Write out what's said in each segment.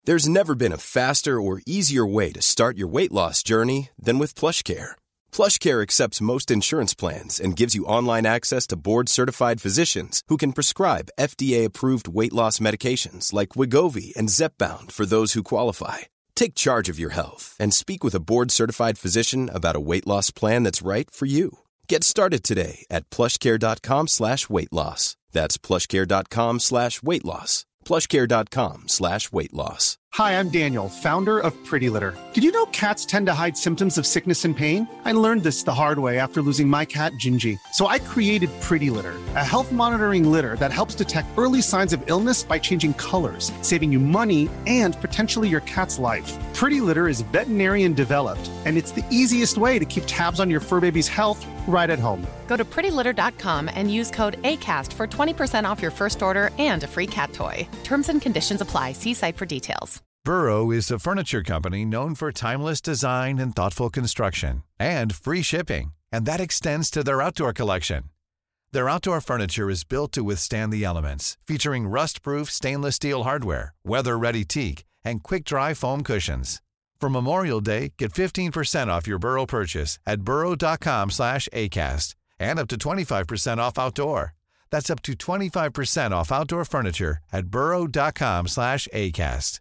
There's never been a faster or easier way to start your weight loss journey than with PlushCare. PlushCare accepts most insurance plans and gives you online access to board-certified physicians who can prescribe FDA-approved weight loss medications like Wegovy and Zepbound for those who qualify. Take charge of your health and speak with a board-certified physician about a weight loss plan that's right for you. Get started today at plushcare.com/weightloss. That's plushcare.com/weightloss. plushcare.com/weightloss. Hi, I'm Daniel, founder of Pretty Litter. Did you know cats tend to hide symptoms of sickness and pain? I learned this the hard way after losing my cat, Gingy. So I created Pretty Litter, a health monitoring litter that helps detect early signs of illness by changing colors, saving you money and potentially your cat's life. Pretty Litter is veterinarian developed, and it's the easiest way to keep tabs on your fur baby's health right at home. Go to prettylitter.com and use code ACAST for 20% off your first order and a free cat toy. Terms and conditions apply. See site for details. Burrow is a furniture company known for timeless design and thoughtful construction, and free shipping, and that extends to their outdoor collection. Their outdoor furniture is built to withstand the elements, featuring rust-proof stainless steel hardware, weather-ready teak, and quick-dry foam cushions. For Memorial Day, get 15% off your Burrow purchase at burrow.com/acast, and up to 25% off outdoor. That's up to 25% off outdoor furniture at burrow.com/acast.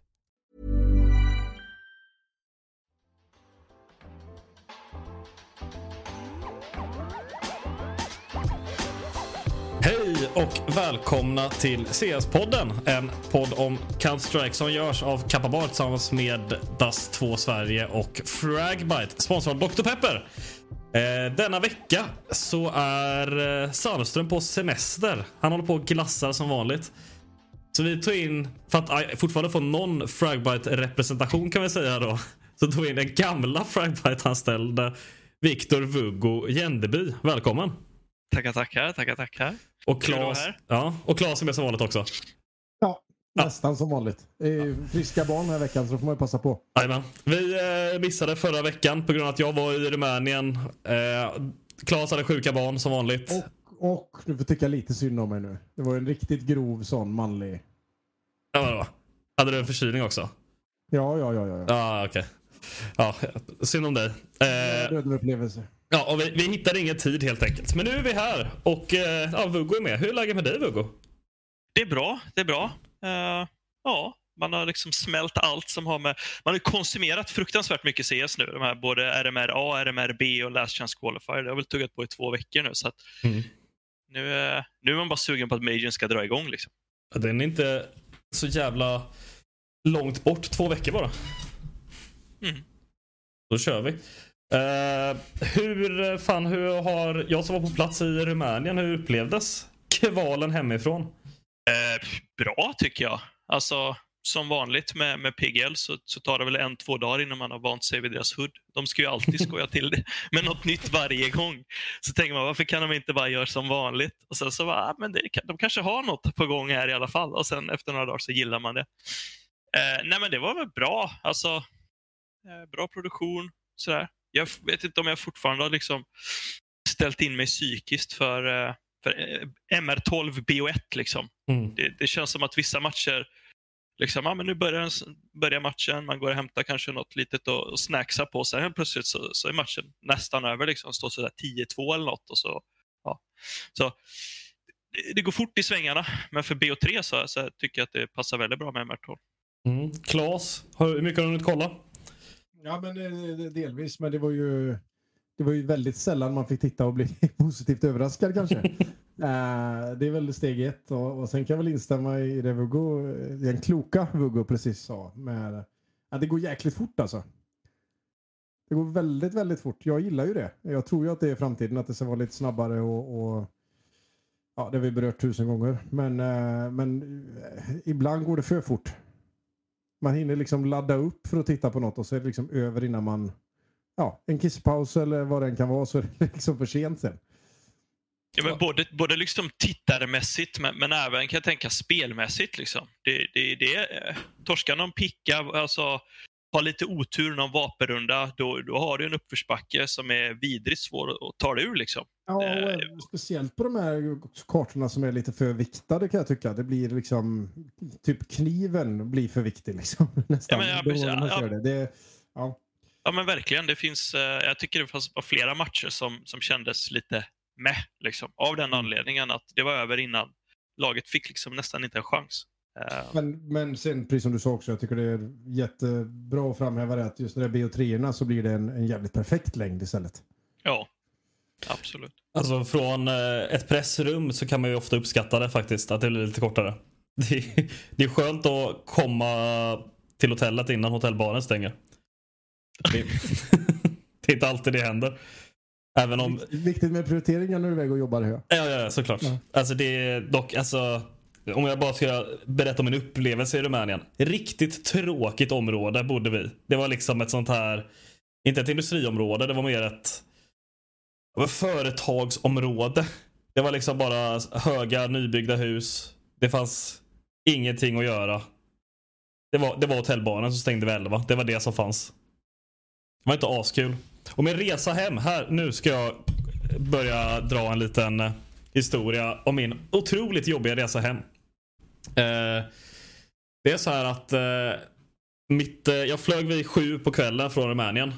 Hej och välkomna till CS-podden, en podd om Counter-Strike som görs av Kappa Bar tillsammans med Dust2 Sverige och Fragbite, sponsrad Dr. Pepper. Denna vecka så är Sandström på semester. Han håller på och glassar som vanligt. Så vi tog in, för att fortfarande få någon Fragbite-representation kan vi säga då, så tog vi in den gamla Fragbite-anställda Viktor Vuggo Jändeby. Välkommen. Tackar. Och Claes, och Claes är med som vanligt också. Ja, nästan som vanligt. Friska barn den här veckan, så får man ju passa på. Jajamän. Vi missade förra veckan på grund av att jag var i Rumänien. Claes hade sjuka barn som vanligt. Och du får tycka lite synd om mig nu. Det var en riktigt grov sån manlig. Ja, vadå? Hade du en förkylning också? Ja. Okej. Ja, synd om dig. Dödlig upplevelse. Ja, och vi hittade ingen tid helt enkelt. Men nu är vi här och Vuggo är med. Hur är läget med dig, Vuggo? Det är bra. Man har liksom smält allt som har med... Man har konsumerat fruktansvärt mycket CS nu. De här både RMR-A, RMR-B och Last Chance Qualifier. Det har väl tuggat på i 2 veckor nu. Så att nu är man bara sugen på att Majorn ska dra igång. Liksom. Den är inte så jävla långt bort. 2 veckor bara. Då kör vi. Hur har jag som var på plats i Rumänien, hur upplevdes kvalen hemifrån? Bra tycker jag. Alltså som vanligt med PGL så tar det väl 1-2 dagar innan man har vant sig vid deras HUD. De ska ju alltid skoja till det med något nytt varje gång. Så tänker man, varför kan de inte bara göra som vanligt? Och sen så bara, men de kanske har något på gång här i alla fall. Och sen efter några dagar så gillar man det. Nej men det var väl bra. Alltså bra produktion sådär. Jag vet inte om jag fortfarande har liksom ställt in mig psykiskt för MR12 BO1 liksom. Det känns som att vissa matcher liksom, men nu börjar matchen, man går och hämtar kanske något litet och snacksar på sig. Plötsligt så är matchen nästan över liksom, står sådär 10-2 eller något och så det går fort i svängarna, men för BO3 så tycker jag att det passar väldigt bra med MR12. Claes, hur mycket har du hunnit kolla? Ja, men delvis, men det var ju väldigt sällan man fick titta och bli positivt överraskad kanske. Det är väl steg 1 och sen kan jag väl instämma i det Vuggo, den kloka Vuggo precis sa med att det går jäkligt fort alltså. Det går väldigt, väldigt fort. Jag gillar ju det. Jag tror ju att det är framtiden, att det ska vara lite snabbare och ja, det har vi berört 1000 gånger. Men ibland går det för fort. Man hinner liksom ladda upp för att titta på något och så är det liksom över innan man en kisspaus eller vad den kan vara, så är det liksom för sent sen. Ja, men både liksom tittarmässigt men även kan jag tänka spelmässigt liksom. Det torskar någon picka, alltså har lite otur någon vapenrunda, då har du en uppförsbacke som är vidrigt svår att ta dig ur liksom. Ja, och speciellt på de här kartorna som är lite för viktade kan jag tycka. Det blir liksom, typ kniven blir för viktig liksom. Nästan. Ja, men verkligen. Det finns, jag tycker det var flera matcher som kändes lite liksom, av den anledningen att det var över innan laget fick liksom nästan inte en chans. Men sen, precis som du sa också, jag tycker det är jättebra att framhäva det att just när det är BO3-erna så blir det en jävligt perfekt längd istället. Ja, absolut. Alltså från ett pressrum så kan man ju ofta uppskatta det faktiskt, att det blir lite kortare. Det är skönt att komma till hotellet innan hotellbaren stänger. Det är inte alltid det händer. Även om... Viktigt med prioriteringar när du är iväg och jobbar här. Ja, såklart. Ja. Alltså det är dock, om jag bara ska berätta om min upplevelse i Rumänien. Riktigt tråkigt område bodde vi. Det var liksom ett sånt här, inte ett industriområde, det var mer ett företagsområde. Det var liksom bara höga nybyggda hus. Det fanns ingenting att göra. Det var hotellbaren som stängde vid 11. Det var det som fanns. Det var inte askul. Och min resa hem här, nu ska jag börja dra en liten historia om min otroligt jobbiga resa hem. Det är så här att jag flög vid 7 på kvällen från Rumänien.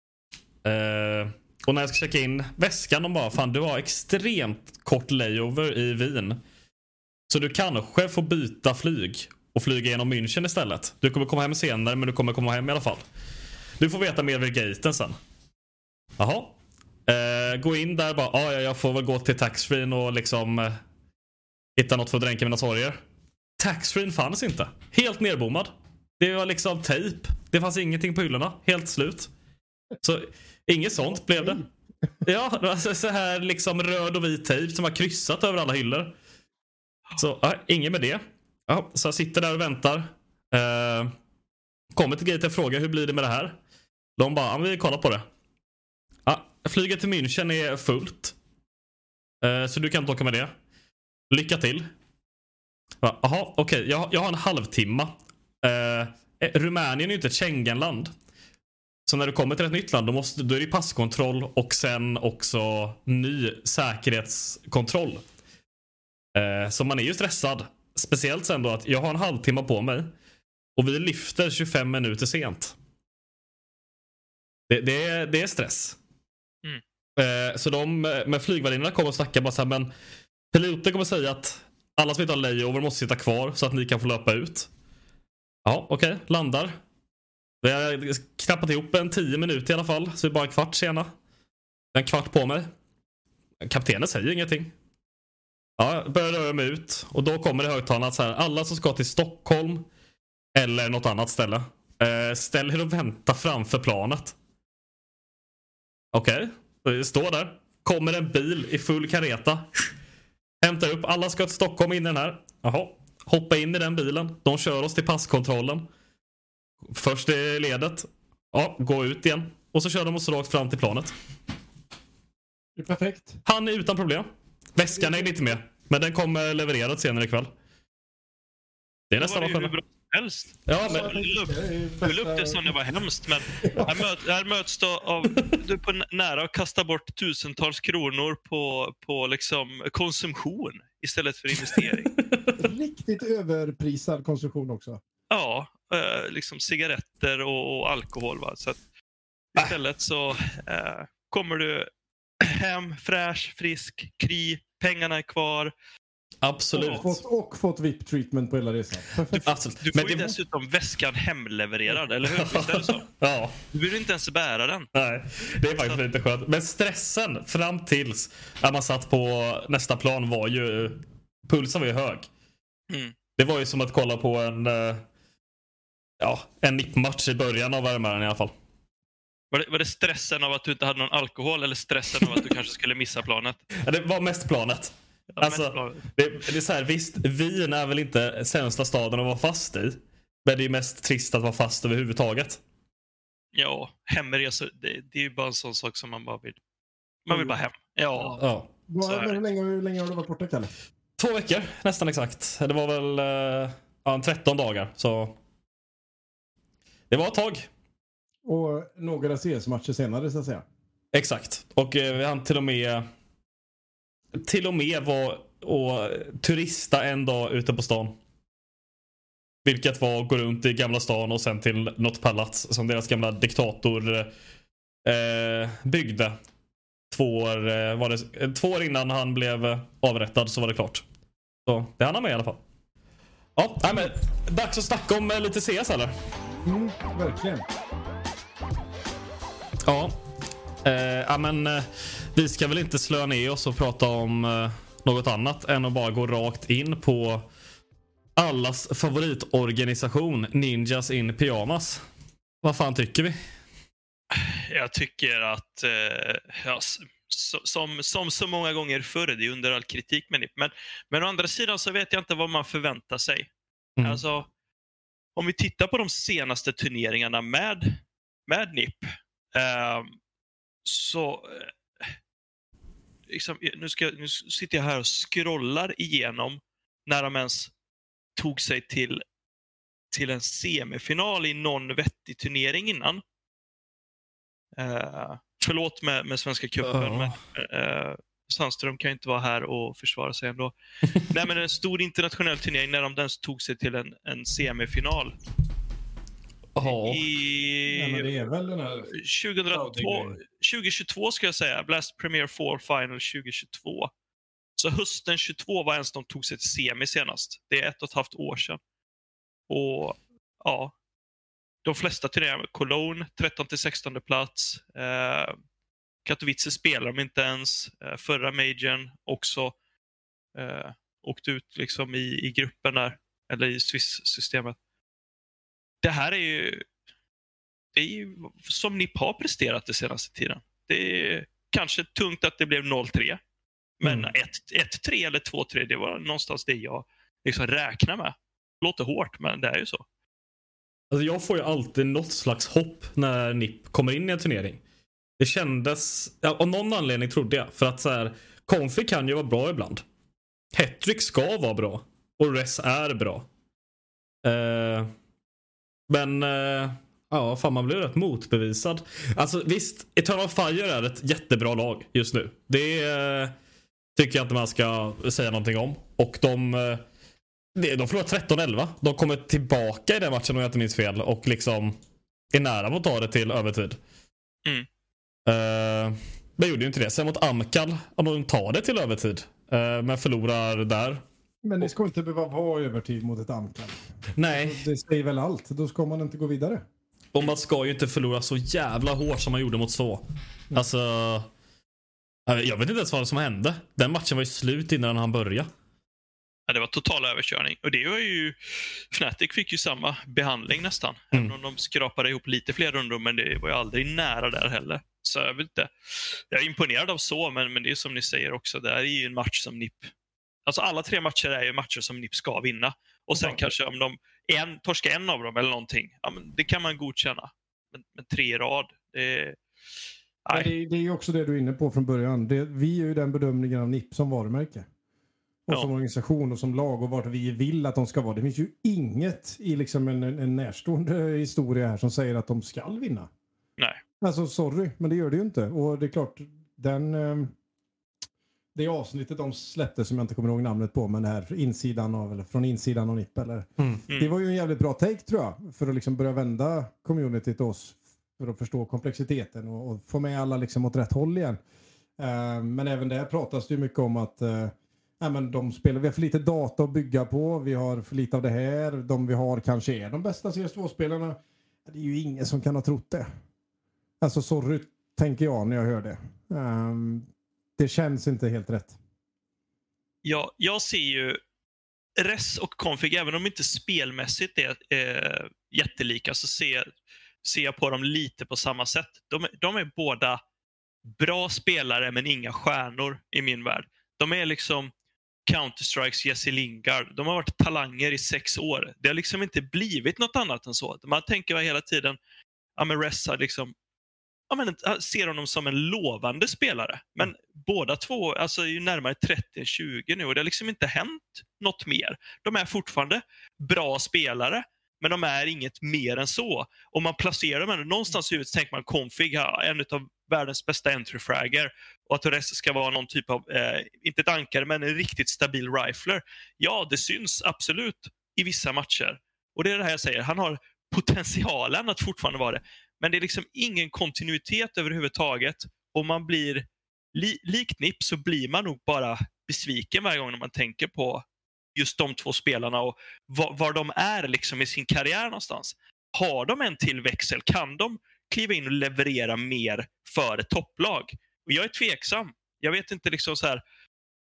Och när jag ska checka in väskan, de bara, fan, du har extremt kort layover i Wien. Så du kanske får byta flyg och flyga genom München istället. Du kommer komma hem senare, men du kommer komma hem i alla fall. Du får veta mer vid gaten sen. Jaha. Gå in där bara, jag får väl gå till taxfree och liksom hitta något för att dränka mina sorger. Taxfree fanns inte. Helt nerbommad. Det var liksom tejp. Det fanns ingenting på hyllorna. Helt slut. Så inget sånt blev det. Ja, alltså så här liksom röd och vit tejp som har kryssat över alla hyllor. Så inget med det. Ja, så jag sitter där och väntar. Kommer till gaten och frågar hur blir det med det här. De bara, vi kollar på det. Flyget till München är fullt. Så du kan inte åka med det. Lycka till. Jaha, okej. Jag har en halvtimme. Rumänien är ju inte ett Schengenland. Så när du kommer till ett nytt land då är det passkontroll och sen också ny säkerhetskontroll. Så man är ju stressad. Speciellt sen då att jag har en halvtimme på mig och vi lyfter 25 minuter sent. Det är stress. Så de med flygvärdinnorna kommer och snackar bara så här, men piloten kommer säga att alla som inte har layover måste sitta kvar så att ni kan få löpa ut. Ja, okej, landar. Vi har knappat ihop en 10 minuter i alla fall, så vi är bara en kvart sena. En kvart på mig. Kaptenen säger ingenting. Ja, jag börjar röra mig ut och då kommer det högtalarna så här, alla som ska till Stockholm eller något annat ställe, ställ er och vänta framför planet. Okej. Står där. Kommer en bil i full kareta. Hämtar upp. Alla ska till Stockholm in i den här. Jaha. Hoppa in i den bilen. De kör oss till passkontrollen. Först i ledet. Ja, gå ut igen. Och så kör de oss rakt fram till planet. Det är perfekt. Han är utan problem. Väskan är inte med. Men den kommer levererad senare ikväll. Det är nästan vad skönt. Helst. Ja, men du luktar som det var hemskt, men här möts då av du på nära att kasta bort tusentals kronor på liksom konsumtion istället för investering. Riktigt överprisad konsumtion också. Ja, liksom cigaretter och alkohol, va? Så att istället så kommer du hem fräsch, frisk, kry, pengarna är kvar. Absolut. Och fått VIP-treatment på hela resan. Du får ju dessutom väskan hemlevererad, eller hur? Visst är det så? Ja. Du vill inte ens bära den. Nej, det är faktiskt lite skönt. Men stressen fram tills när man satt på nästa plan var ju... Pulsen var ju hög. Det var ju som att kolla på en nippmatch i början av värmen i alla fall. Var det stressen av att du inte hade någon alkohol eller stressen av att du kanske skulle missa planet? Ja, det var mest planet. Alltså, det är så här, visst, Wien är väl inte sämsta staden att vara fast i. Men det är mest trist att vara fast överhuvudtaget. Ja, hemresor, det är ju bara en sån sak som man bara vill. Man vill bara hem. Ja. Hur länge har du varit borta, Kalle? 2 veckor, nästan exakt. Det var väl 13 dagar. Så det var ett tag. Och några CS-matcher senare så att säga. Exakt. Och han till och med var och turista en dag ute på stan. Vilket var att gå runt i Gamla stan och sen till något palats som deras gamla diktator byggde. 2 år innan han blev avrättad så var det klart. Så det hann han med i alla fall. Ja, men dags att snacka om lite CS eller? Verkligen. Ja. Men vi ska väl inte slå ner oss och prata om något annat än att bara gå rakt in på allas favoritorganisation, Ninjas in Pyjamas. Vad fan tycker vi? Jag tycker att som så många gånger förr, det är under all kritik med NIP. Men å andra sidan så vet jag inte vad man förväntar sig. Alltså, om vi tittar på de senaste turneringarna med NIP så liksom, nu sitter jag här och scrollar igenom när de ens tog sig till en semifinal i någon vettig turnering innan. Förlåt med Svenska cupen, men Sandström kan ju inte vara här och försvara sig ändå. Nej, men en stor internationell turnering när de ens tog sig till en semifinal. Men det är väl den här 2022 ska jag säga. Blast Premier 4 Final 2022. Så hösten 22 var ens de tog sig till semi senast. Det är 1,5 år sedan. Och ja, de flesta turneringar, Cologne 13-16 plats. Katowice spelar de inte ens. Förra majorn också åkte ut liksom i gruppen där, eller i Swiss-systemet. Det här är ju som NIP har presterat det senaste tiden. Det är kanske tungt att det blev 0-3. Men 1-3 eller 2-3, det var någonstans det jag liksom räknar med. Låter hårt, men det är ju så. Alltså jag får ju alltid något slags hopp när NIP kommer in i en turnering. Det kändes, av någon anledning trodde jag, för att så här, Confi kan ju vara bra ibland. Hattrick ska vara bra. Och Res är bra. Men ja, fan, man blir rätt motbevisad. Alltså visst, Eternal Fire är ett jättebra lag just nu. Det tycker jag inte man ska säga någonting om. Och de förlorar 13-11. De kommer tillbaka i den matchen om jag inte minns fel. Och liksom är nära på att ta det till övertid. Men gjorde ju inte det. Sen mot Amkal, om de tar det till övertid. Men förlorar där. Men det ska inte behöva vara övertid mot ett Amkal. Nej. Det säger väl allt. Då ska man inte gå vidare. Och man ska ju inte förlora så jävla hårt som man gjorde mot så. Alltså, jag vet inte ens vad som hände. Den matchen var ju slut innan han började. Ja, det var total överkörning. Och det var ju... Fnatic fick ju samma behandling nästan. Även om de skrapade ihop lite fler rundor, men det var ju aldrig nära där heller. Så jag vet inte. Jag är imponerad av så, men det är som ni säger också. Det är ju en match som NIP... Alltså alla 3 matcher är ju matcher som NIP ska vinna. Och sen kanske om de torskar en av dem eller någonting, ja, men det kan man godkänna. Men 3 i rad, det är ju också det du är inne på från början. Vi är ju den bedömningen av NIP som varumärke. Och som organisation och som lag och vart vi vill att de ska vara. Det finns ju inget i liksom en närstående historia här som säger att de ska vinna. Nej. Alltså sorry, men det gör det ju inte. Och det är klart, det avsnittet de släppte som jag inte kommer ihåg namnet på, men det här från insidan av NIP eller. Det var ju en jävligt bra take tror jag, för att liksom börja vända communityt till oss, för att förstå komplexiteten och få med alla liksom åt rätt håll igen. Men även där pratas det ju mycket om att men vi har för lite data att bygga på, vi har för lite av det här, de vi har kanske är de bästa CS2-spelarna. Det är ju ingen som kan ha trott det. Alltså sorry, tänker jag när jag hör det. Det känns inte helt rätt. Ja, jag ser ju Res och Config, även om inte spelmässigt är jättelika, så ser jag på dem lite på samma sätt. De är båda bra spelare men inga stjärnor i min värld. De är liksom Counter-Strikes Jesse Lingard. De har varit talanger i 6 år. Det har liksom inte blivit något annat än så. Man tänker hela tiden, ja men Res har liksom, ja men ser honom som en lovande spelare. Men båda två alltså är ju närmare 30-20 nu och det har liksom inte hänt något mer. De är fortfarande bra spelare, men de är inget mer än så. Om man placerar dem någonstans i huvudet så tänker man Config har en av världens bästa entry-fragger och att Torres ska vara någon typ av, inte ett ankare men en riktigt stabil rifler. Ja, det syns absolut i vissa matcher. Och det är det här jag säger, han har potentialen att fortfarande vara det. Men det är liksom ingen kontinuitet överhuvudtaget. Och man blir, likt Nipp så blir man nog bara besviken varje gång när man tänker på just de två spelarna och var de är liksom i sin karriär någonstans. Har de en till växel? Kan de kliva in och leverera mer för ett topplag? Och jag är tveksam. Jag vet inte liksom så här.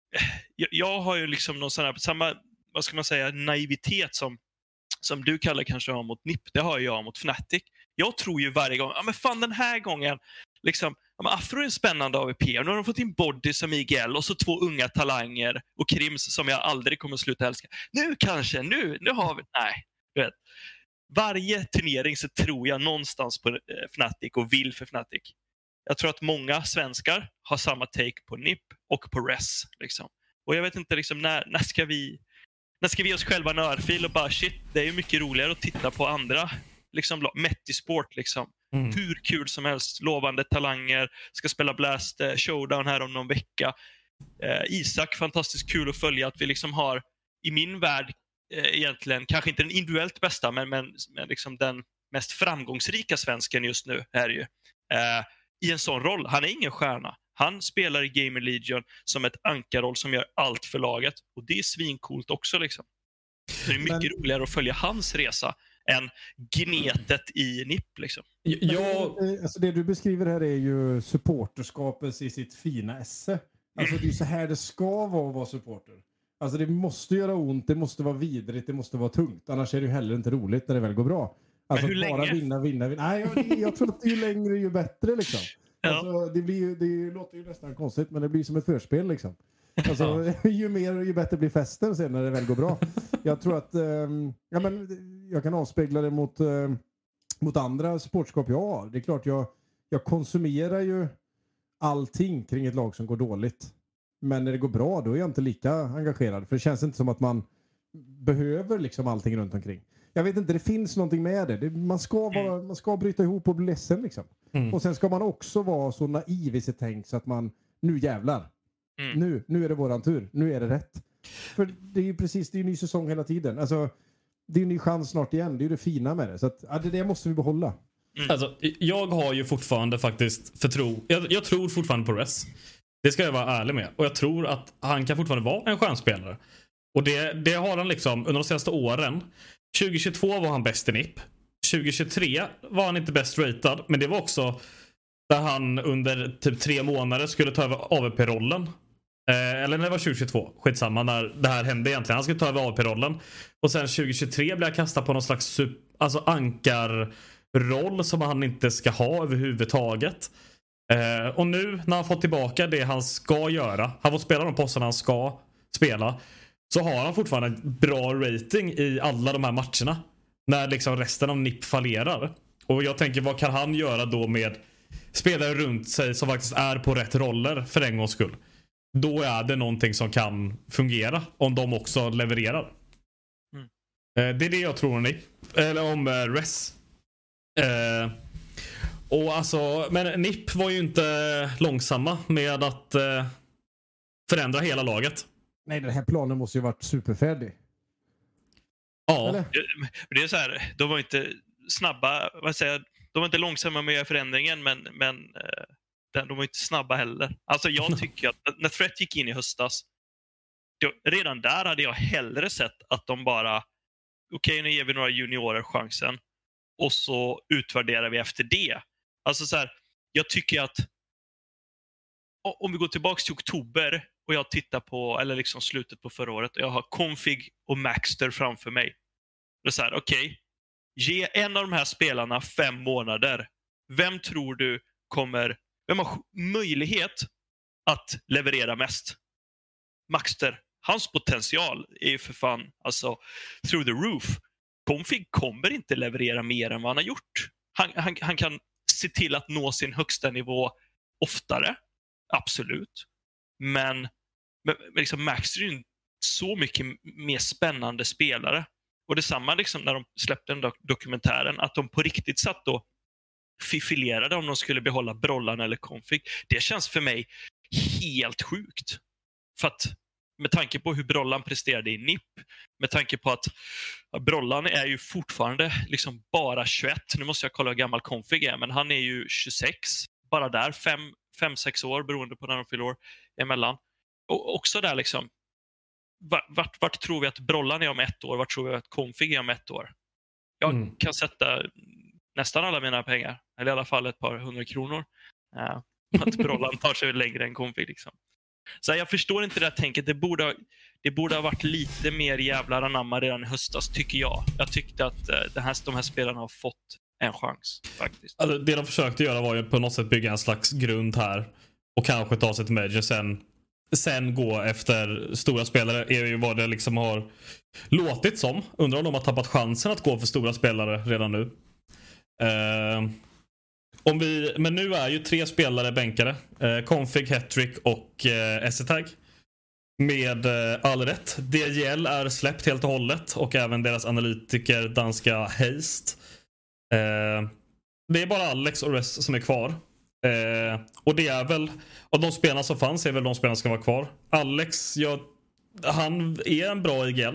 Jag har ju liksom någon sån här, samma, vad ska man säga, naivitet som du kallar kanske har mot Nipp. Det har jag mot Fnatic. Jag tror ju varje gång, ja men fan den här gången liksom, ja, men Afro är en spännande AVP. Och nu har de fått in Body som Miguel och så 2 unga talanger och Krims som jag aldrig kommer att sluta älska. Nu kanske, nu har vi, nej. Du vet. Varje turnering så tror jag någonstans på Fnatic och vill för Fnatic. Jag tror att många svenskar har samma take på Nipp och på Res. Liksom. Och jag vet inte liksom, när ska vi ge oss själva en örfil och bara shit, det är ju mycket roligare att titta på andra liksom, Metisport liksom. Hur kul som helst, lovande talanger, ska spela Blast Showdown här om någon vecka. Isak, fantastiskt kul att följa att vi liksom har i min värld egentligen, kanske inte den individuellt bästa men liksom den mest framgångsrika svensken just nu är ju i en sån roll. Han är ingen stjärna. Han spelar i Gamer Legion som ett ankarroll som gör allt för laget. Och det är svincoolt också liksom. Så det är mycket roligare att följa hans resa än gnetet i Nipp liksom. Alltså det du beskriver här är ju supporterskapet i sitt fina esse. Alltså det är så här det ska vara supporter. Alltså det måste göra ont, det måste vara vidrigt, det måste vara tungt. Annars är det ju heller inte roligt när det väl går bra. Alltså hur bara vinna. Nej, jag tror att ju längre ju bättre liksom. Alltså, det låter ju nästan konstigt, men det blir som ett förspel liksom. Alltså, ju mer ju bättre blir festen sen när det väl går bra. Jag tror att jag kan avspegla det mot andra sportskap jag har. Det är klart jag konsumerar ju allting kring ett lag som går dåligt. Men när det går bra då är jag inte lika engagerad. För det känns inte som att man behöver liksom allting runt omkring. Jag vet inte, det finns någonting med det. Man ska bryta ihop och bli ledsen liksom. Och sen ska man också vara så naiv i sitt tänk så att man, nu jävlar. Nu är det våran tur. Nu är det rätt. För det är ju precis, det är en ny säsong hela tiden. Alltså, det är en ny chans snart igen. Det är ju det fina med det. Så att, det måste vi behålla. Alltså, jag har ju fortfarande faktiskt jag tror fortfarande på Res. Det ska jag vara ärlig med. Och jag tror att han kan fortfarande vara en stjärnspelare. Och det har han liksom under de senaste åren. 2022 var han bäst i Nipp. 2023 var han inte bäst ratad. Men det var också där han under typ 3 månader skulle ta över AVP-rollen. Eller när det var 2022. Skitsamma när det här hände egentligen. Han skulle ta över AVP-rollen. Och sen 2023 blev jag kastad på någon slags ankarroll som han inte ska ha överhuvudtaget. Och nu när han fått tillbaka det han ska göra, han får spela de posterna han ska spela, så har han fortfarande en bra rating i alla de här matcherna när liksom resten av Nipp fallerar. Och jag tänker, vad kan han göra då med spelare runt sig som faktiskt är på rätt roller för en gångs skull? Då är det någonting som kan fungera om de också levererar. Det är det jag tror om Nipp, eller om Res. Och alltså, men Nipp var ju inte långsamma med att förändra hela laget. Nej, den här planen måste ju varit superfärdig. Ja. Eller? Det är så här, de var inte snabba, vad säger jag, de var inte långsamma med förändringen, men de var inte snabba heller. Alltså jag tycker att när Threat gick in i höstas, redan där hade jag hellre sett att de bara okej, nu ger vi några juniorer chansen och så utvärderar vi efter det. Alltså så här, jag tycker att om vi går tillbaka till oktober och jag tittar på, eller liksom slutet på förra året, och jag har Config och Maxter framför mig. Det är så här, okej, ge en av de här spelarna 5 månader. Vem tror du vem har möjlighet att leverera mest? Maxter. Hans potential är ju för fan alltså through the roof. Config kommer inte leverera mer än vad han har gjort. Han kan se till att nå sin högsta nivå oftare. Absolut. Men liksom Maxter är ju en så mycket mer spännande spelare. Och detsamma liksom när de släppte den dokumentären, att de på riktigt satt och fifilerade om de skulle behålla Brollan eller Config. Det känns för mig helt sjukt. För att med tanke på hur Brollan presterade i NIP, med tanke på att Brollan är ju fortfarande liksom bara 21. Nu måste jag kolla hur gammal Config är, men han är ju 26. Bara där 5-6 år beroende på när de fyller år emellan. Och också där liksom, vart tror vi att Brollan är om 1 år? Vart tror vi att Config är om 1 år? Jag kan sätta nästan alla mina pengar, eller i alla fall ett par 100 kronor. Att Brollan tar sig längre än Config liksom. Så jag förstår inte det här tänket. Det borde ha varit lite mer jävlar anamma redan i höstas, tycker jag. Jag tyckte att de här spelarna har fått en chans faktiskt. Alltså, det de försökte göra var ju på något sätt bygga en slags grund här och kanske ta sig till Major, sen gå efter stora spelare, är ju vad det liksom har låtit som. Undrar om de har tappat chansen att gå för stora spelare redan nu. Men nu är ju 3 spelare bänkare. Config, Hattrick och Essetag. Med all rätt. DGL är släppt helt och hållet. Och även deras analytiker danska Heist. Det är bara Alex och Rest som är kvar. Och det är väl, av de spelarna som fanns är väl de spelarna som ska vara kvar. Alex, han är en bra IGL.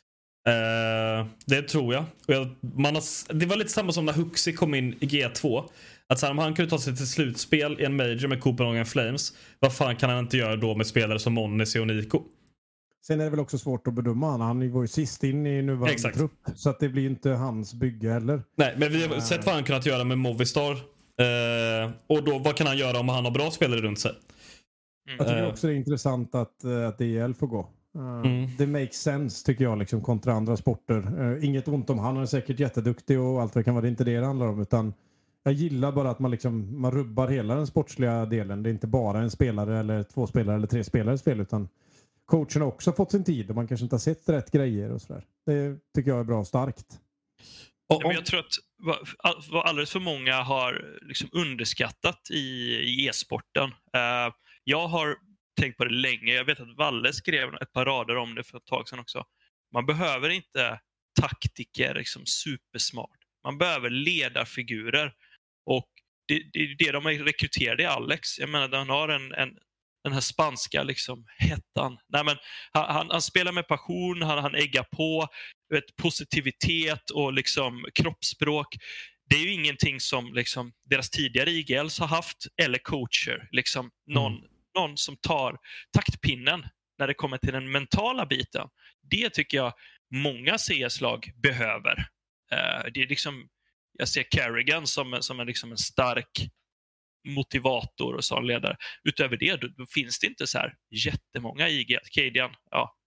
Det tror jag. Det var lite samma som när Huxi kom in i G2. Att så här, om han kunde ta sig till slutspel i en major med Copenhagen Flames, vad fan kan han inte göra då med spelare som Monesi och Nico? Sen är det väl också svårt att bedöma. Han var ju sist in i nuvarande trupp. Så att det blir inte hans bygge heller. Nej, men vi har sett vad han kunnat göra med Movistar. Och då, vad kan han göra om han har bra spelare runt sig? Jag tycker också det är intressant att DL får gå. Det makes sense tycker jag liksom, kontra andra sporter. Inget ont om han är säkert jätteduktig och allt vad det kan vara. Det är inte det handlar om, utan jag gillar bara att man rubbar hela den sportsliga delen. Det är inte bara en spelare eller 2 spelare eller 3 spelares fel, utan coachen har också fått sin tid och man kanske inte har sett rätt grejer och sådär. Det tycker jag är bra och starkt. Men jag tror att vad alldeles för många har liksom underskattat i e-sporten. Jag har tänkt på det länge. Jag vet att Valle skrev ett par rader om det för ett tag sedan också. Man behöver inte taktiker liksom supersmart. Man behöver ledarfigurer. Och det de är rekryterade i Alex. Jag menar, han har den här spanska liksom hettan. Nej, men han spelar med passion, han äggar på, positivitet och liksom kroppsspråk. Det är ju ingenting som liksom deras tidigare IGLs har haft, eller coacher. Liksom någon som tar taktpinnen när det kommer till den mentala biten. Det tycker jag många CS-lag behöver. Det är liksom, jag ser Carrigan som är liksom en stark motivator och sån ledare. Utöver det då finns det inte så här jättemånga IG. Cadian, ja.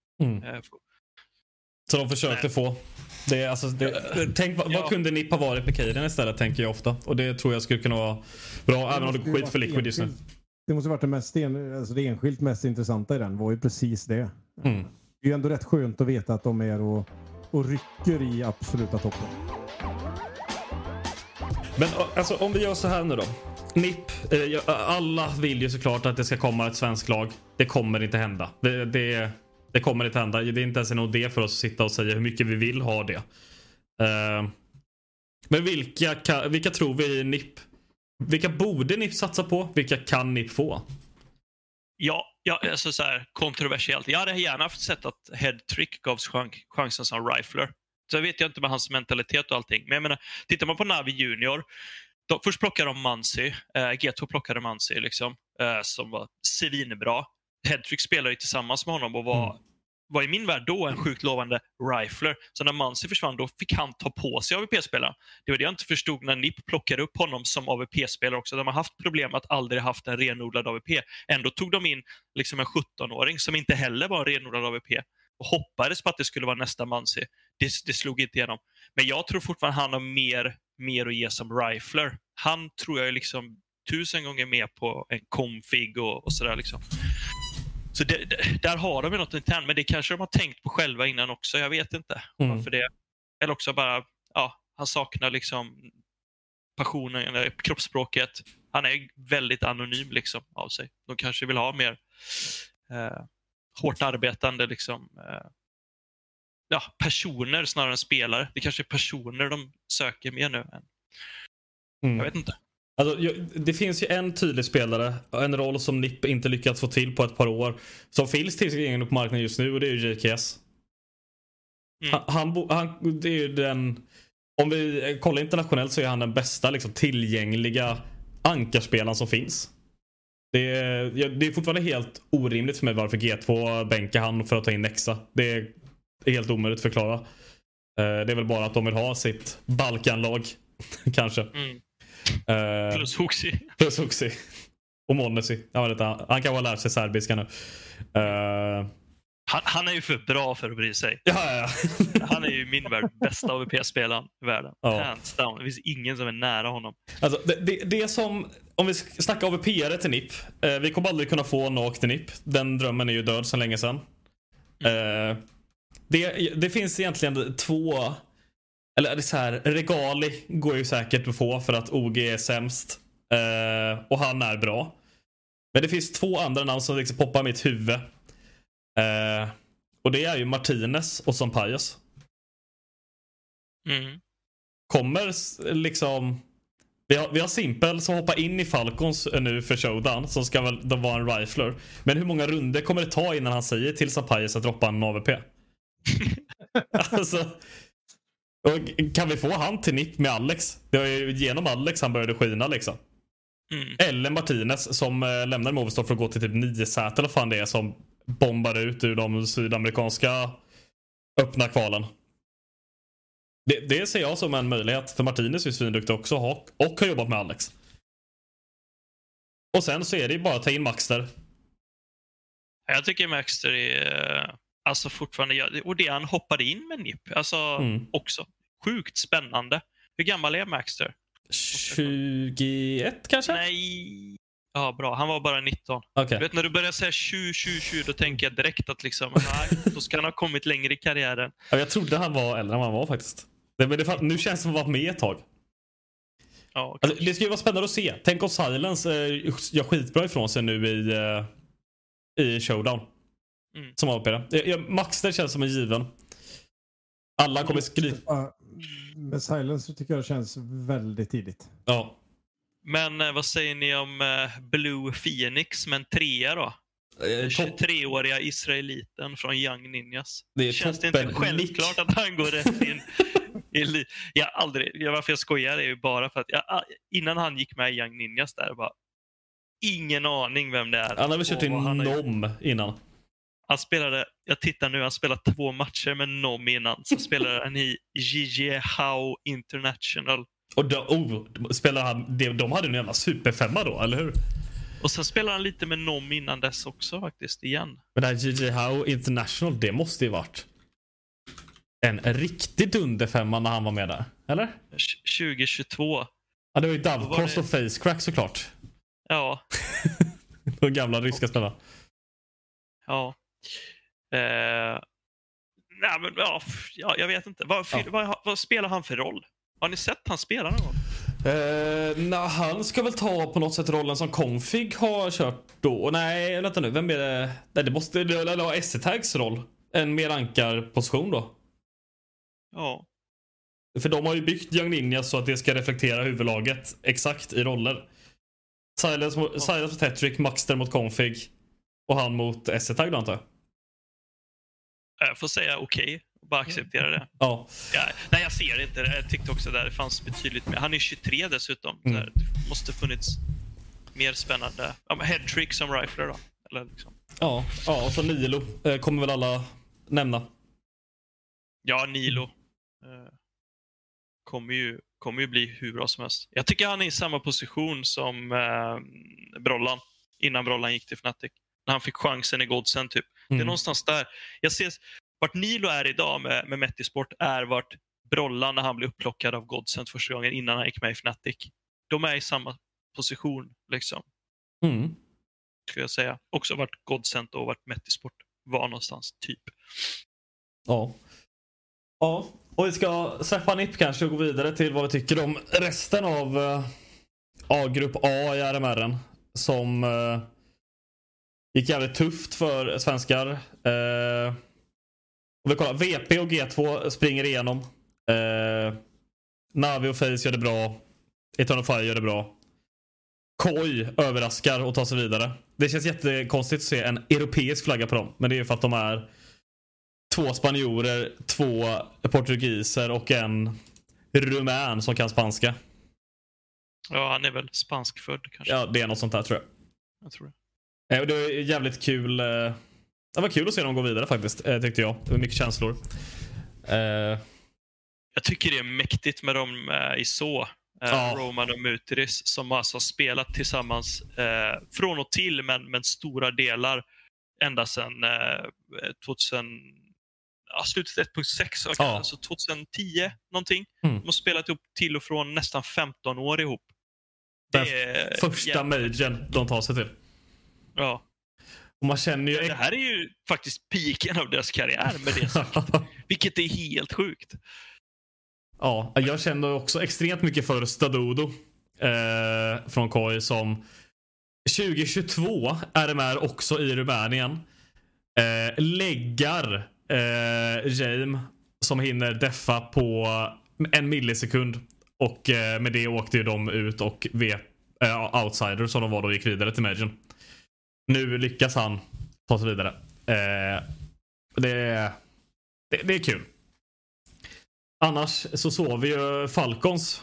Så de försökte få. Tänk vad kunde Nipp ha varit med Cadian istället, tänker jag ofta. Och det tror jag skulle kunna vara bra, även om det går skit för Liquid just nu. Det måste varit det enskilt mest intressanta i den var ju precis det. Det är ju ändå rätt skönt att veta att de är och rycker i absoluta toppen. Men alltså, om vi gör så här nu då. NIP, alla vill ju såklart att det ska komma ett svenskt lag. Det kommer inte hända. Det kommer inte hända. Det är inte ens en idé för oss att sitta och säga hur mycket vi vill ha det. Men vilka tror vi NIP? Vilka borde NIP satsa på? Vilka kan NIP få? Ja, alltså så här kontroversiellt. Jag hade gärna sett att Headtrick gavs chansen som rifler. Så jag vet jag inte med hans mentalitet och allting. Men jag menar, tittar man på Navi Junior, först plockade de Mansi. G2 plockade Mansi liksom, som var svinbra. Headtrick spelade ju tillsammans med honom och var i min värld då en sjukt lovande rifler. Så när Mansi försvann, då fick han ta på sig AVP-spelaren. Det var det jag inte förstod när NIP plockade upp honom som AVP-spelare också. De har haft problem att aldrig haft en renodlad AVP. Ändå tog de in liksom en 17-åring som inte heller var en renodlad AVP. Och hoppades på att det skulle vara nästa Mansi. Det slog inte igenom. Men jag tror fortfarande han har mer att ge som rifler. Han tror jag är liksom 1000 gånger mer på en config och sådär liksom. Så där har de ju något internt, men det kanske de har tänkt på själva innan också. Jag vet inte varför det. Eller också bara, han saknar liksom passionen eller kroppsspråket. Han är väldigt anonym liksom av sig. De kanske vill ha mer hårt arbetande liksom personer snarare än spelare. Det kanske är personer de söker mer nu. Jag vet inte. Alltså, det finns ju en tydlig spelare, en roll som NIP inte lyckats få till på ett par år, som finns tillgänglig på marknaden just nu, och det är ju JKS. Han, det är ju den, om vi kollar internationellt så är han den bästa liksom, tillgängliga ankarspelaren som finns. Det är fortfarande helt orimligt för mig varför G2 bänkar han för att ta in Nexa. Det är helt omöjligt att förklara. Det är väl bara att de vill ha sitt Balkanlag kanske. Plus Huxi. Och Monesi. Han kan ha lärt sig serbiska nu. Han är ju för bra för att bry sig. Ja. Han är ju min bästa AWP-spelaren i världen. Hands down. Det finns ingen som är nära honom. Alltså, det som, om vi snackar AWP-are till NIP, vi kommer aldrig kunna få NOK till NIP. Den drömmen är ju död sedan länge sedan. Det finns egentligen två, eller det är så här, Regali går ju säkert att få för att OG är sämst, och han är bra. Men det finns två andra namn som liksom poppar i mitt huvud, och det är ju Martinez och Sampayas. Kommer liksom, vi har Simpel som hoppar in i Falcons nu för showdown, som ska väl vara en rifler. Men hur många runder kommer det ta innan han säger till Sampayas att droppa en AWP? Alltså, kan vi få han till NIP med Alex? Det var ju genom Alex han började skina liksom. Eller Martinez som lämnar Movistar för att gå till typ 9-säte eller vad fan det är, som bombar ut ur de sydamerikanska öppna kvalen. Det ser jag som en möjlighet, för Martinez är ju svinduktig också och har jobbat med Alex. Och sen så är det ju bara att ta in Maxter. Jag tycker Maxter är alltså fortfarande, och det han hoppade in med NIP, alltså också sjukt spännande. Hur gammal är Maxter? 21 kanske? Nej. Ja, bra. Han var bara 19. Okay. Du vet, när du börjar säga 20, då tänker jag direkt att liksom, nej, då ska han ha kommit längre i karriären. Ja, jag trodde han var äldre än vad han var faktiskt. Nu känns det som att han var med ett tag. Ja, alltså, det ska ju vara spännande att se. Tänk om Silence gör skitbra ifrån sig nu i showdown. Som avpera. Maxter känns som en given. Alla kommer skriva. Med Silence tycker jag det känns väldigt tidigt. Ja. Men vad säger ni om Blue Phoenix med en 3 då? 23-åriga israeliten från Young Ninjas. Känns det inte självklart att han går rätt in? Varför jag skojar är ju bara för att innan han gick med i Young Ninjas där, bara ingen aning vem det är. Han har väl kört in NOM innan. Han spelade 2 matcher med NOM innan. Så spelade han i JJ How International. Och spelar han, de hade en jävla superfemma då, eller hur? Och sen spelar han lite med NOM innan dess också faktiskt, igen. Men det här JJ How International, det måste ju varit en riktig dunderfemma när han var med där, eller? 2022. Ja, det var ju Dovecross och Facecrack såklart. Ja. De gamla ryska spelarna. Ja. Nej, men jag vet inte. Vad spelar han för roll? Har ni sett han spela någon gång? Han ska väl ta på något sätt rollen som Config har kört då. Nej, vänta nu. Vem är det? Nej, det måste vara SC-tags roll. En mer ankarposition då. Ja. För de har ju byggt Young Ninja så att det ska reflektera huvudlaget exakt i roller. Silence mot Tetrick, Maxter mot Config och han mot SC-tag då, antar jag. Jag får säga okej. Bara acceptera det. Ja. Nej, jag ser inte det. Jag tyckte också där det fanns betydligt mer. Han är 23 dessutom. Det måste funnits mer spännande. Headtrick som rifler då. Eller liksom. Ja, och så Nilo kommer väl alla nämna. Ja, Nilo kommer ju bli hur bra som helst. Jag tycker han är i samma position som Brollan. Innan Brollan gick till Fnatic. När han fick chansen i Godsend typ. Det är någonstans där. Jag ser vart Nilo är idag med Metisport är vart Brollan när han blev upplockad av Godsend första gången innan han gick med i Fnatic. De är i samma position liksom. Skulle jag säga. Också vart Godsend och vart Metisport var någonstans typ. Ja. Och vi ska släppa NIP kanske och gå vidare till vad vi tycker om resten av A-grupp A i RMR:en som gick jävligt tufft för svenskar. Och vi kollar, VP och G2 springer igenom. Navi och Face gör det bra. Eternal Fire gör det bra. KOI överraskar och tar sig vidare. Det känns jättekonstigt att se en europeisk flagga på dem. Men det är för att de är 2 spanjorer, 2 portugiser och en rumän som kan spanska. Ja, han är väl spanskfödd kanske. Ja, det är något sånt där tror jag. Jag tror det. Det var jävligt kul. Det var kul att se dem gå vidare faktiskt, tyckte jag. Det var mycket känslor. Jag tycker det är mäktigt med dem i så. Roman och Mutiris som alltså har spelat tillsammans från och till men stora delar ända sedan 2000 slutet 1.6 alltså 2010 någonting. De har spelat upp till och från nästan 15 år ihop. Det är första majorn de tar sig till. Ja. Och man känner ju... Det här är ju faktiskt piken av deras karriär med det sagt. Vilket är helt sjukt. Ja, jag känner också extremt mycket för Stadodo från KOI som 2022 är med också i Rumänien. Läggar Jame som hinner deffa på 1 millisekund och med det åkte ju de ut och outsider som de var då gick vidare till Major. Nu lyckas han ta sig vidare. Det är kul. Annars så såg vi ju Falcons.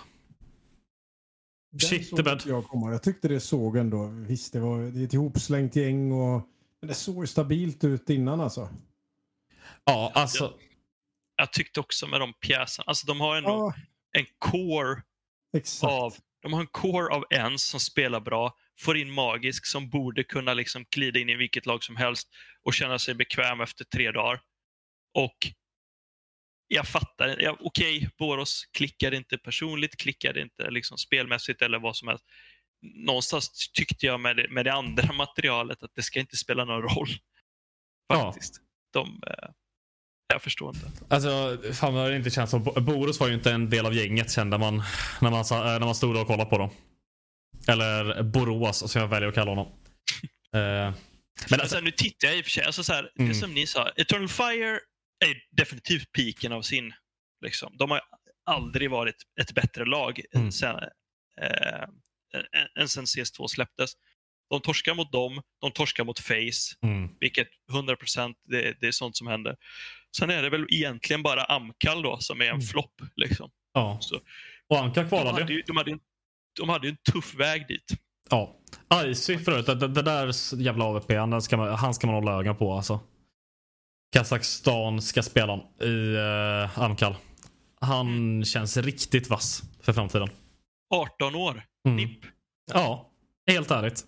Jag tyckte det såg ändå. Visst, det är ett ihopslängt gäng men det såg ju stabilt ut innan alltså. Ja, alltså. Jag tyckte också med de pjäserna. Alltså de har ändå en core de har en core av en som spelar bra, får in magisk som borde kunna liksom glida in i vilket lag som helst och känna sig bekväm efter 3 dagar. Och jag fattar, okej, Boros klickade inte personligt, klickade inte liksom spelmässigt eller vad som helst. Någonstans tyckte jag med det andra materialet att det ska inte spela någon roll. Faktiskt. Jag förstår inte. Alltså, fan vad det inte känns som. Boros var ju inte en del av gänget kände man när man stod och kollade på dem. Eller Borås som jag väljer att kalla honom. Men alltså, nu tittar jag i och för sig. Alltså, så här, det som ni sa, Eternal Fire är definitivt piken av sin. Liksom. De har aldrig varit ett bättre lag än sen CS2 släpptes. De torskar mot dem, de torskar mot Face, vilket 100% det är sånt som händer. Sen är det väl egentligen bara Amkal då som är en flopp. Liksom. Ja. Så, och Amkal kvalade. De hade ju en tuff väg dit. Ja. Icy förut, det där jävla AVP, han ska man hålla ögonen på alltså. Kazakstan ska spela i Amkal. Han känns riktigt vass för framtiden. 18 år, NIP. Ja, helt ärligt.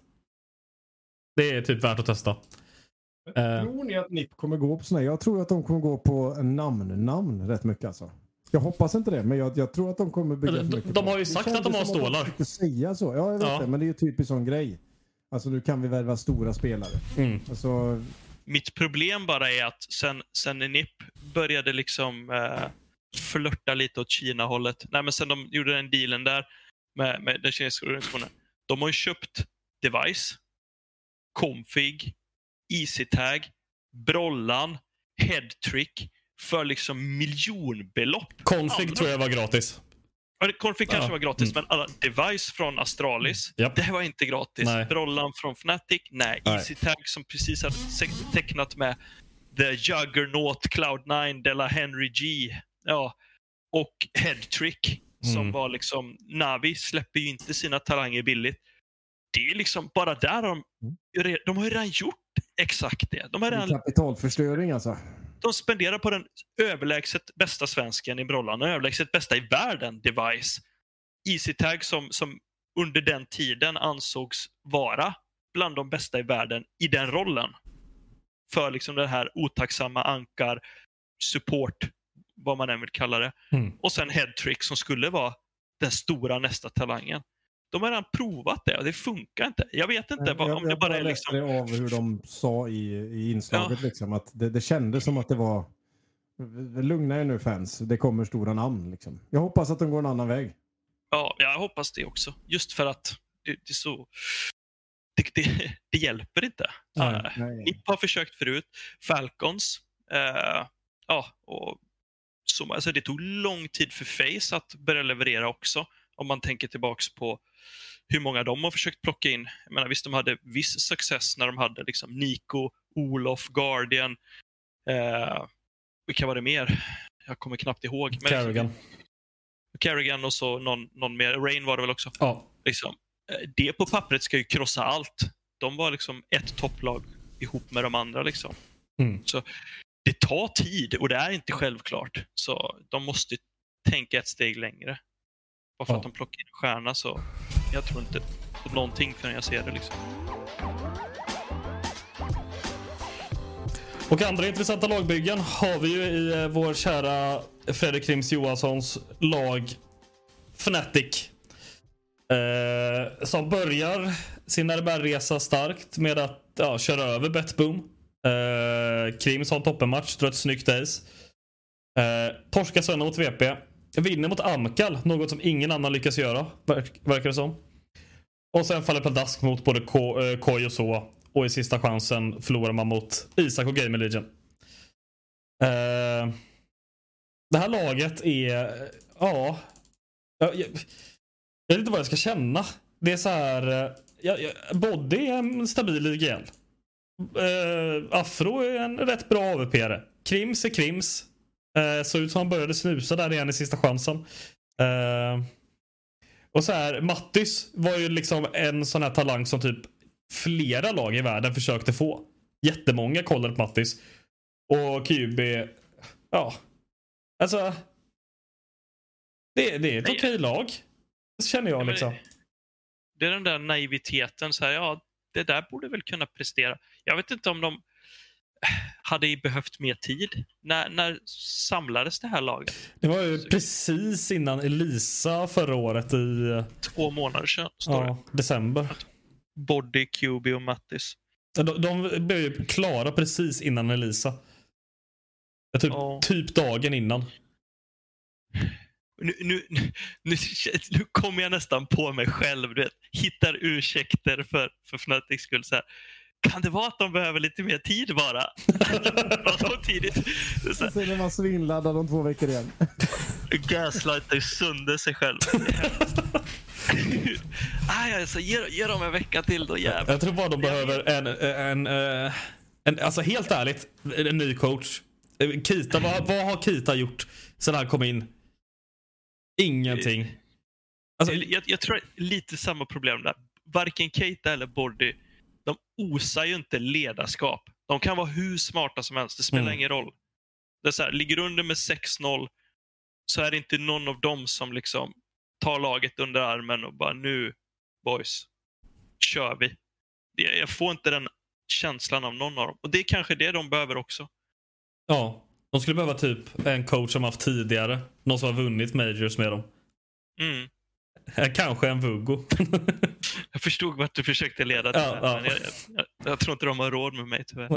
Det är typ värt att testa. Tror ni att NIP kommer gå på såna här? Jag tror att de kommer gå på namn rätt mycket alltså. Jag hoppas inte det, men jag tror att de kommer bygga för mycket. De har ju sagt att de har stålar. De säga så. Ja, jag vet det, men det är ju typiskt sån grej. Alltså nu kan vi värva stora spelare. Alltså... Mitt problem bara är att sen NIP började liksom flörta lite åt Kina-hållet. Nej, men sen de gjorde den dealen där med den kinesiska organisationen. De har ju köpt Device, Config, EasyTag, Brollan, Headtrick för liksom miljonbelopp. Config tror jag var gratis. Ja, Config kanske var gratis, men alla Device från Astralis, det var inte gratis. Nej. Brollan från Fnatic, nej. EasyTag som precis hade tecknat med The Juggernaut, Cloud9, Della Henry G. Ja. Och Headtrick som var liksom, Navi släpper ju inte sina talanger billigt. Det är liksom bara där de har ju redan gjort exakt det. De har redan, kapitalförstöring alltså. De spenderar på den överlägset bästa svensken i Brollan och överlägset bästa i världen, Device. EasyTag som under den tiden ansågs vara bland de bästa i världen i den rollen. För liksom det här otacksamma ankar, support, vad man än vill kalla det. Och sen Headtrick som skulle vara den stora nästa talangen. De har redan provat det och det funkar inte. Jag vet inte om det bara är liksom... Jag av hur de sa i inslaget liksom, att det kändes som att det var lugna er nu fans, det kommer stora namn liksom. Jag hoppas att de går en annan väg. Ja, jag hoppas det också. Just för att det är så... Det hjälper inte. NIP har försökt förut. Falcons och så, alltså det tog lång tid för FaZe att börja leverera också. Om man tänker tillbaks på hur många de har försökt plocka in. Jag menar, visst, de hade viss success när de hade liksom Nico, Olof, Guardian. Vilka var det mer? Jag kommer knappt ihåg. Men Carrigan och så någon mer. Rain var det väl också. Ja. Liksom, det på pappret ska ju krossa allt. De var liksom ett topplag ihop med de andra. Liksom. Så det tar tid och det är inte självklart. Så de måste tänka ett steg längre. Bara för att de plockar in en stjärna, så jag tror inte på någonting förrän jag ser det. Liksom. Och andra intressanta lagbyggen har vi ju i vår kära Fredrik Krims Johanssons lag Fnatic. Som börjar sin RBR-resa starkt med att köra över Betboom. Krims har en toppenmatch, tror ett snyggt ace. Torskar sönder mot VP. Vinner mot Amkal, något som ingen annan lyckas göra, verkar det som. Och sen faller pladask mot både Koi och så. Och i sista chansen förlorar man mot Isak och Gamer Legion. Det här laget är... Jag vet inte vad jag ska känna. Det är så här... Body är en stabil IGL. Afro är en rätt bra AVP-are. Krims är Krims. Så ut som han började snusa där igen i sista chansen. Och så här, Mattis var ju liksom en sån här talang som typ flera lag i världen försökte få. Jättemånga kollade på Mattis. Och QB, alltså det är ett okej lag, känner jag liksom. Det är den där naiviteten så här, det där borde väl kunna prestera. Jag vet inte om de hade behövt mer tid. När samlades det här laget? Det var ju precis innan Elisa förra året i 2 månader sedan, står det. December. Body, QB och Mattis. De blev ju klara precis innan Elisa. Typ dagen innan. Nu kommer jag nästan på mig själv. Du vet, hittar ursäkter för Fnatic skull. Så här. Kan det vara att de behöver lite mer tid bara? Så är man svinladdad om 2 veckor igen. Gaslightar sönder sig själv. Alltså, ge dem en vecka till då, jävlar. Jag tror bara de behöver en alltså helt ärligt, en ny coach. Kita, vad har Kita gjort sedan han kom in? Ingenting. Alltså, jag tror lite samma problem där. Varken Keita eller Body, de osar ju inte ledarskap. De kan vara hur smarta som helst. Det spelar ingen roll. Det är så här, ligger under med 6-0 så är det inte någon av dem som liksom tar laget under armen och bara, nu boys, kör vi. Jag får inte den känslan av någon av dem. Och det är kanske det de behöver också. Ja, de skulle behöva typ en coach som haft tidigare. Någon som har vunnit majors med dem. Kanske en Vuggo. Jag förstod vart du försökte leda till. Men jag tror inte de har råd med mig, tyvärr.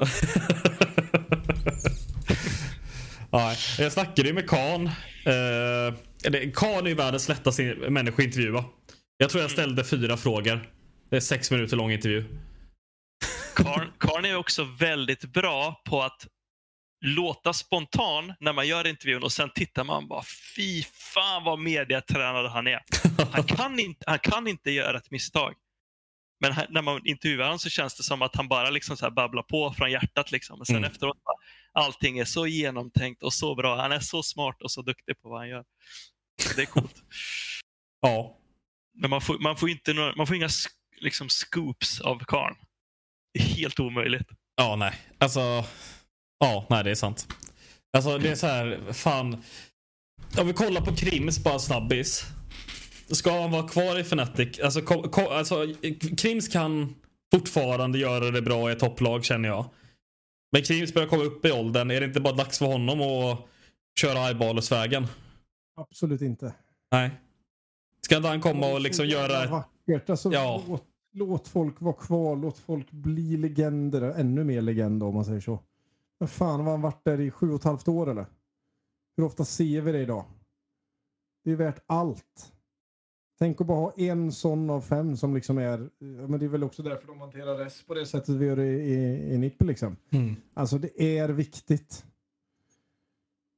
Jag snackade ju med Khan. Khan är ju världens lättaste människa att intervjua. Jag tror jag ställde 4 frågor. Det är 6 minuter lång intervju. Khan är också väldigt bra på att låta spontan när man gör intervjun och sen tittar man bara, fy fan vad mediatränad han är. Han kan inte göra ett misstag. Men när man intervjuar honom så känns det som att han bara liksom så här babblar på från hjärtat liksom. Och sen efteråt allting är så genomtänkt och så bra. Han är så smart och så duktig på vad han gör. Det är coolt. Ja. Men man får inga liksom scoops av Karn. Det är helt omöjligt. Ja, nej. Alltså, nej, det är sant. Alltså, det är så här, fan. Om vi kollar på Krims bara snabbis. Ska han vara kvar i Fnatic? Alltså, Krims kan fortfarande göra det bra i ett topplag, känner jag. Men Krims börjar komma upp i åldern. Är det inte bara dags för honom att köra eyeballersvägen? Absolut inte. Nej. Ska inte han komma och liksom göra... Vackert. Alltså, låt folk vara kvar. Låt folk bli legender. Ännu mer legender om man säger så. Men fan, var han varit där i 7,5 år eller? Hur ofta ser vi det idag? Det är värt allt. Tänk att bara ha en sån av 5 som liksom är... Men det är väl också därför de hanterar res på det sättet vi gör i NIP liksom. Alltså det är viktigt.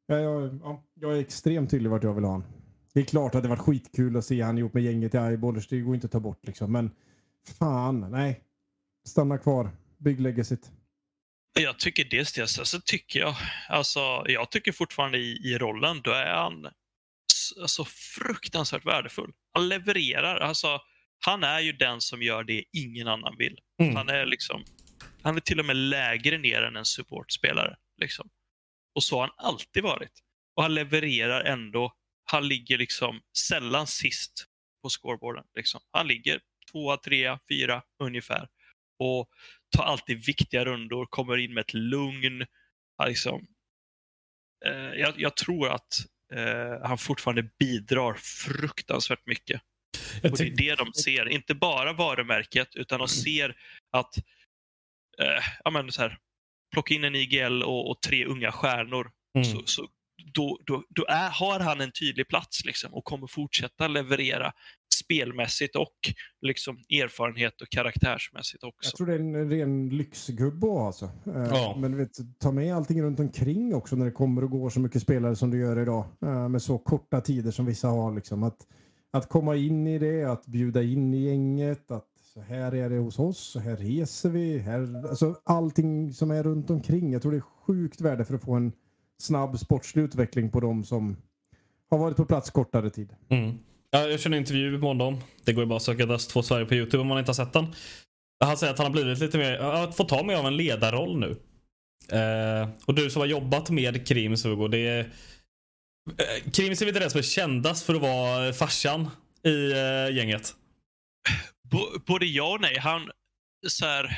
Jag är extremt tydlig vart jag vill ha han. Det är klart att det varit skitkul att se han ihop med gänget i Eyeballs. Det går inte att ta bort liksom. Men fan, nej. Stanna kvar. Bygg legacyt. Jag tycker så tycker jag. Alltså, jag tycker fortfarande i rollen, då är han alltså fruktansvärt värdefull. Han levererar. Alltså, han är ju den som gör det ingen annan vill. Han är till och med lägre ner än en supportspelare. Liksom. Och så har han alltid varit. Och han levererar ändå. Han ligger liksom sällan sist på scoreboarden. Liksom. Han ligger 2, 3, 4 ungefär. Och tar alltid viktiga rundor. Kommer in med ett lugn. Liksom. Jag tror att han fortfarande bidrar fruktansvärt mycket. Och det är det de ser. Inte bara varumärket, utan de ser att så här, plocka in en IGL och 3 unga stjärnor. Så då har han en tydlig plats liksom, och kommer fortsätta leverera spelmässigt och liksom erfarenhet och karaktärsmässigt också. Jag tror det är en ren lyxgubbe alltså. Men du vet, ta med allting runt omkring också när det kommer och går så mycket spelare som du gör idag. Med så korta tider som vissa har liksom. Att komma in i det, att bjuda in i gänget, att så här är det hos oss, så här reser vi. Här, alltså allting som är runt omkring. Jag tror det är sjukt värde för att få en snabb sportslig utveckling på dem som har varit på plats kortare tid. Ja, jag känner en intervju med honom. Det går ju bara att söka Dust 2 Sverige på YouTube om man inte har sett den. Han säger att han har blivit lite mer, att få ta mig av en ledarroll nu. Och du som har jobbat med Krims, Hugo, det är Krims är väl det som är kändast för att vara farsan i gänget. Både ja och nej. Han så här,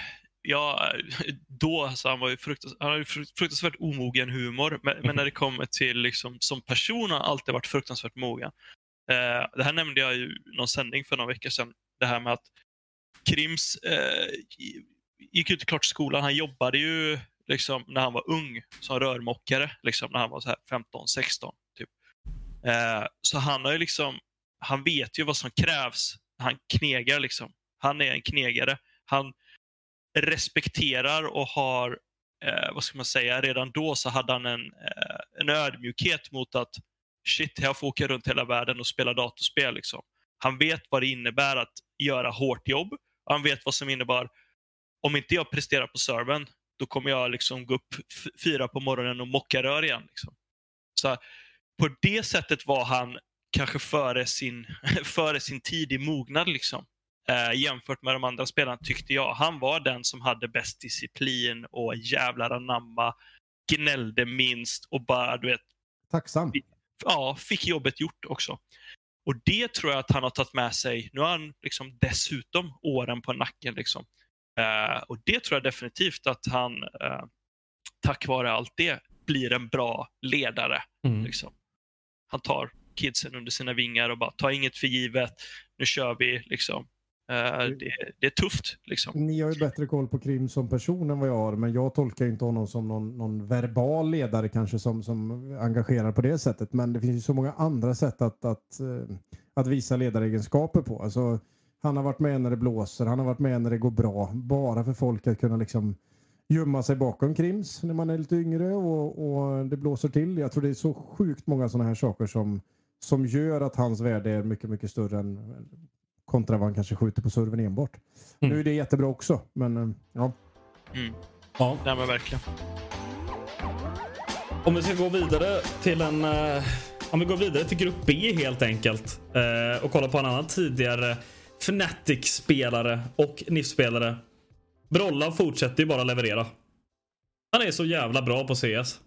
han var ju fruktansvärt omogen humor, men när det kommer till liksom, som person har han alltid varit fruktansvärt mogen. Det här nämnde jag ju någon sändning för några veckor sedan. Det här med att Krims gick ut klart skolan. Han jobbade ju liksom, när han var ung som rörmokare, liksom, när han var så här 15-16 typ. Så han har ju liksom, han vet ju vad som krävs. Han knegar liksom. Han är en knegare. Han respekterar och har vad ska man säga, redan då så hade han en ödmjukhet mot att shit, jag får åka runt hela världen och spela datorspel liksom. Han vet vad det innebär att göra hårt jobb. Han vet vad som innebär, om inte jag presterar på servern, då kommer jag liksom gå upp 4 på morgonen och mocka rör igen liksom. Så på det sättet var han kanske före sin tid i mognad liksom. Jämfört med de andra spelarna tyckte jag. Han var den som hade bäst disciplin och jävlar anamma, gnällde minst och bara, du vet, tacksam. Fick jobbet gjort också. Och det tror jag att han har tagit med sig. Nu har han liksom dessutom åren på nacken liksom. Och det tror jag definitivt att han tack vare allt det blir en bra ledare liksom. Han tar kidsen under sina vingar och bara tar inget för givet. Nu kör vi liksom. Det är tufft liksom. Ni har ju bättre koll på Krim som person än vad jag har, men jag tolkar inte honom som någon verbal ledare kanske som engagerar på det sättet, men det finns ju så många andra sätt att visa ledaregenskaper på. Alltså, han har varit med när det blåser, han har varit med när det går bra, bara för folk att kunna liksom gömma sig bakom Krims när man är lite yngre och det blåser till. Jag tror det är så sjukt många sådana här saker som gör att hans värde är mycket, mycket större än kontra vad han kanske skjuter på servern enbart. Nu är det jättebra också, men ja. Ja, nej, men verkligen. Om vi ska gå vidare till om vi går vidare till grupp B helt enkelt och kolla på en annan tidigare Fnatic-spelare och NIF-spelare. Brolla fortsätter ju bara leverera. Han är så jävla bra på CS.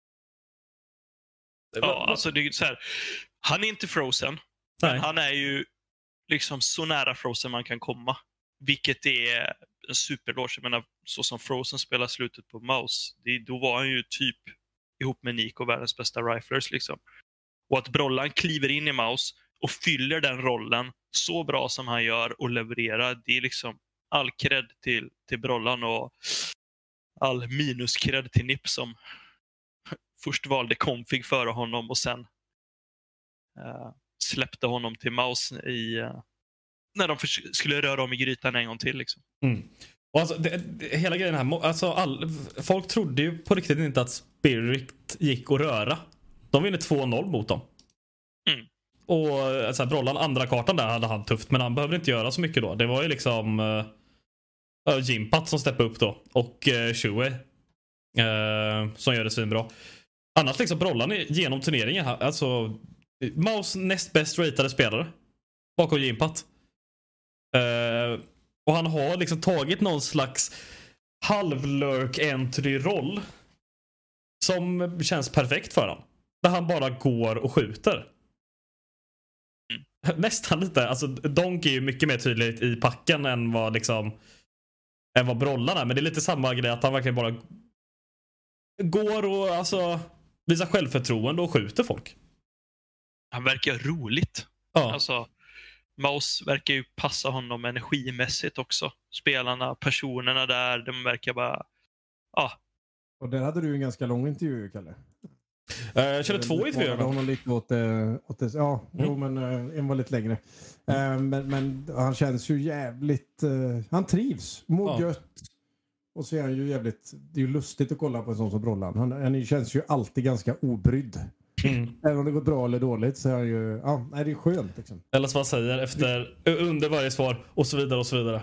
Ja, alltså det är så här. Han är inte Frozen. Nej. Men han är ju liksom så nära Frozen man kan komma. Vilket är en superlås. Jag menar, så som Frozen spelar slutet på Mouse. Då var han ju typ ihop med Nico världens bästa riflers liksom. Och att Brollan kliver in i Mouse och fyller den rollen så bra som han gör och levererar. Det är liksom all cred till Brollan och all minus cred till Nip som först valde config före honom och sen släppte honom till Mouse när de skulle röra om i grytan en gång till liksom. Och alltså, hela grejen här, alltså folk trodde ju på riktigt inte att Spirit gick att röra De vinner 2-0 mot dem. Och alltså, Brollan, andra kartan där hade han tufft, men han behövde inte göra så mycket då. Det var ju liksom Jimpat som steppade upp då. Och Shuey som gör det svinbra. Annars liksom Brollan genom turneringen här, alltså Maus näst bäst ratade spelare bakom Jimpat. Och han har liksom tagit någon slags halvlurk entry-roll som känns perfekt för honom. Där han bara går och skjuter. Nästan lite, alltså Donk är ju mycket mer tydligt i packen än vad Brollan är, men det är lite samma grej att han verkligen bara går och alltså visar självförtroende och skjuter folk. Han verkar roligt. Ja. Alltså Maus verkar ju passa honom energimässigt också. Spelarna, personerna där, de verkar bara Och där hade du en ganska lång intervju, Kalle. Jag körde 2 intervjuer. Honom lite åt det, men en var lite längre. Men han känns ju jävligt... han trivs, mår gött. Och så är han ju jävligt... Det är ju lustigt att kolla på en sån som Brollan. Han känns ju alltid ganska obrydd. Även om det går bra eller dåligt så är han ju... det är skönt liksom. Eller som man säger under varje svar och så vidare och så vidare.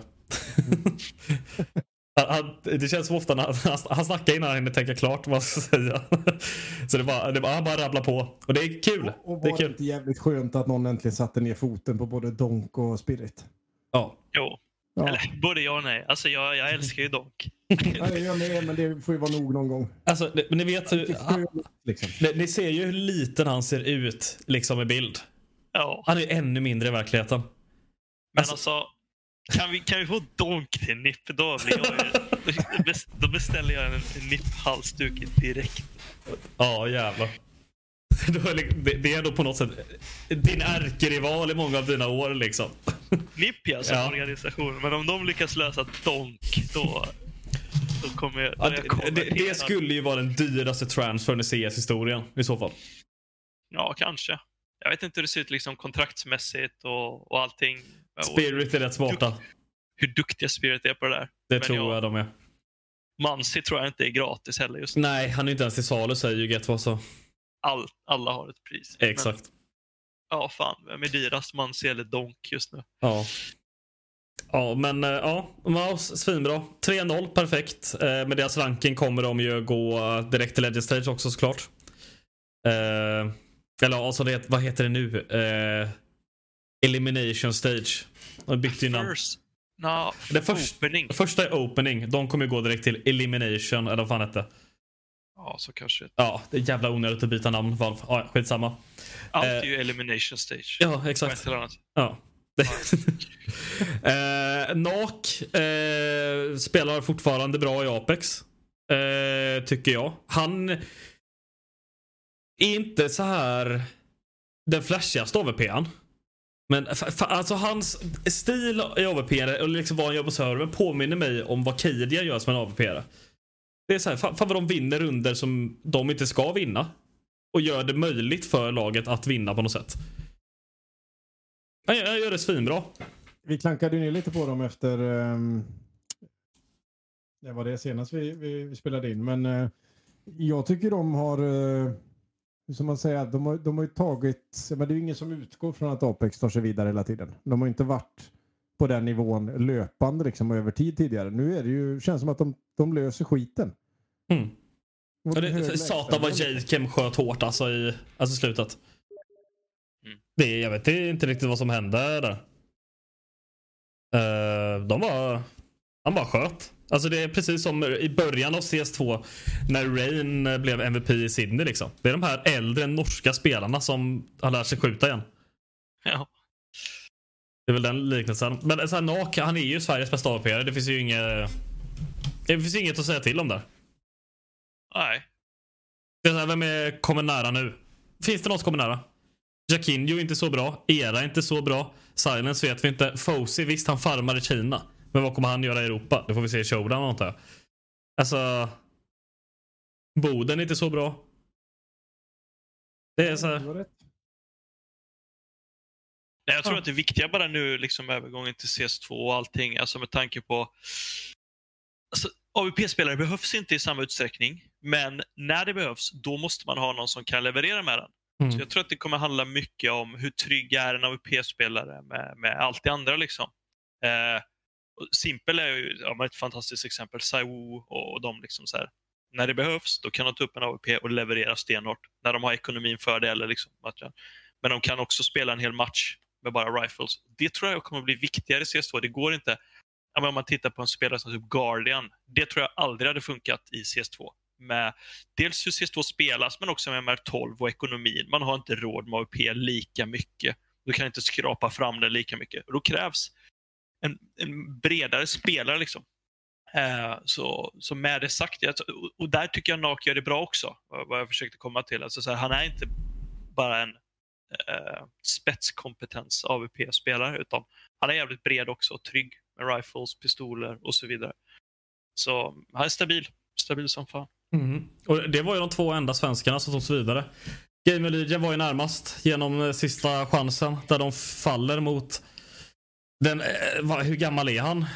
Det känns som ofta när han snackar innan han hinner tänka klart vad man ska säga. Så han bara rabblar på. Och det är kul. Och det är var kul. Det jävligt skönt att någon äntligen satte ner foten på både Donk och Spirit. Ja. Jo. Ja. Eller både ja och nej. Alltså jag älskar ju Donk. Jag med, men det får ju vara nog någon gång. Alltså, men ni vet Liksom. ni ser ju hur liten han ser ut liksom i bild. Ja. Han är ju ännu mindre i verkligheten. Men alltså kan vi få Donk till NIP, då beställer jag en NIP-halsduk direkt. Ja, jävlar. Det är då på något sätt din ärkerival i många av dina år liksom. NIP som organisation, men om de lyckas lösa Donk, då kommer jag... Det skulle ju vara den dyraste transfern i CS-historien i så fall. Ja, kanske. Jag vet inte hur det ser ut liksom kontraktsmässigt och allting. Spirit är rätt smarta. Hur duktiga Spirit är på det där. Det tror jag de är. Mansi tror jag inte är gratis heller just nu. Nej, han är inte ens till salu, säger ju Get så. Alla har ett pris. Exakt. Men, fan. Vem är dyrast, Mansi eller Donk just nu? Ja. Ja, men Maus, svinbra. 3-0, perfekt. Med deras ranking kommer de ju gå direkt till Legend Stage också såklart. Eller alltså, vad heter det nu? Elimination Stage. Opening. Första är Opening. De kommer gå direkt till Elimination, eller vad fan heter det? Ja, så kanske. Ja, det är jävla onödigt att byta namn. Ja, skitsamma. Allt är ju Elimination Stage. Ja, exakt. Ja. Nak spelar fortfarande bra i Apex, tycker jag. Han är inte så här den flashigaste AWP-an. Men alltså hans stil i AWP och liksom vad han gör på servern påminner mig om vad Kadia gör som en AWP-are. Det är så här, fan vad de vinner runder som de inte ska vinna och gör det möjligt för laget att vinna på något sätt. Jag gör det svinbra. Vi klankade ner lite på dem efter det var det senast vi spelade in, men jag tycker de har som man säger, de har ju tagit, men det är ju ingen som utgår från att Apex tar sig vidare hela tiden. De har inte varit på den nivån löpande liksom över tid tidigare. Nu är det ju, känns som att de löser skiten. Satan vad Jakem sköt hårt alltså i slutet. Jag vet inte riktigt vad som hände där. Han bara sköt. Alltså det är precis som i början av CS2 när Rain blev MVP i Sydney liksom. Det är de här äldre norska spelarna som har lärt sig skjuta igen. Ja. Det är väl den liknelsen. Men så här, Nak, han är ju Sveriges bästa AWP. Det finns ju inget att säga till om där. Nej. Det är så här, vem kommer nära nu? Finns det någon som kommer nära? Jakinho är inte så bra. Era är inte så bra. Silence vet vi inte. Fousey, visst han farmar i Kina. Men vad kommer han göra i Europa? Det får vi se i showdown antar jag. Alltså Boden är inte så bra. Det är så här. Jag tror att det är viktiga bara nu liksom övergången till CS2 och allting. Alltså med tanke på AWP-spelare behövs inte i samma utsträckning. Men när det behövs, då måste man ha någon som kan leverera med den. Så jag tror att det kommer handla mycket om hur trygg är en AWP-spelare med allt det andra liksom. Simpel är ju ett fantastiskt exempel. Saiwu och de liksom så här. När det behövs, då kan de ta upp en AWP och leverera stenhårt. När de har ekonomin för det eller liksom matchen. Men de kan också spela en hel match med bara rifles. Det tror jag kommer bli viktigare i CS2. Det går inte. Om man tittar på en spelare som typ Guardian. Det tror jag aldrig hade funkat i CS2. Med dels hur CS2 spelas, men också med MR12 och ekonomin. Man har inte råd med AWP lika mycket. Du kan inte skrapa fram det lika mycket. Och då krävs en bredare spelare liksom. Så med det sagt, och där tycker jag Nak gör det bra också, vad jag försökte komma till. Alltså så här, han är inte bara en spetskompetens AWP-spelare, utan han är jävligt bred också och trygg med rifles, pistoler och så vidare. Så han är stabil som fan. Och det var ju de 2 enda svenskarna som tog sig vidare. Game Legion var ju närmast genom sista chansen, där de faller mot den, hur gammal är han?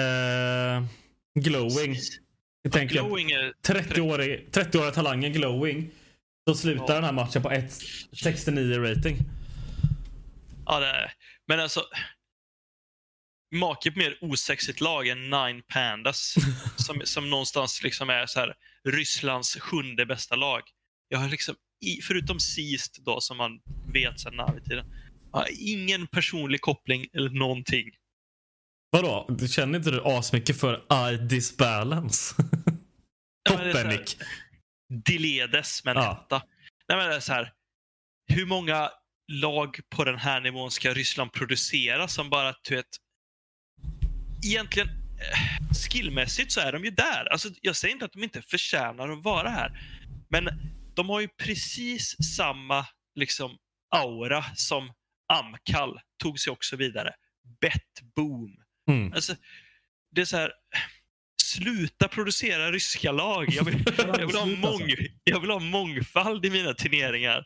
Glowing. Jag tänker Glowing är 30-åriga talangen Glowing. Så slutar den här matchen på 1,69 rating. Ja, det är. Men alltså make på mer osexigt lag än Nine Pandas som någonstans liksom är så här Rysslands 7:e bästa lag. Jag har liksom förutom Seast då, som man vet sedan Navi-tiden, ingen personlig koppling eller någonting. Vadå? Du känner inte du asmycket för I Disbalance? Toppenik. Diledes med en etta. Nej, men det är så här. Hur många lag på den här nivån ska Ryssland producera som bara, du vet, egentligen skillmässigt så är de ju där. Alltså, jag säger inte att de inte förtjänar att vara här. Men de har ju precis samma liksom aura som Amkal tog sig också vidare. Bet-boom. Alltså, det är så här, sluta producera ryska lag. Jag vill ha mångfald i mina turneringar.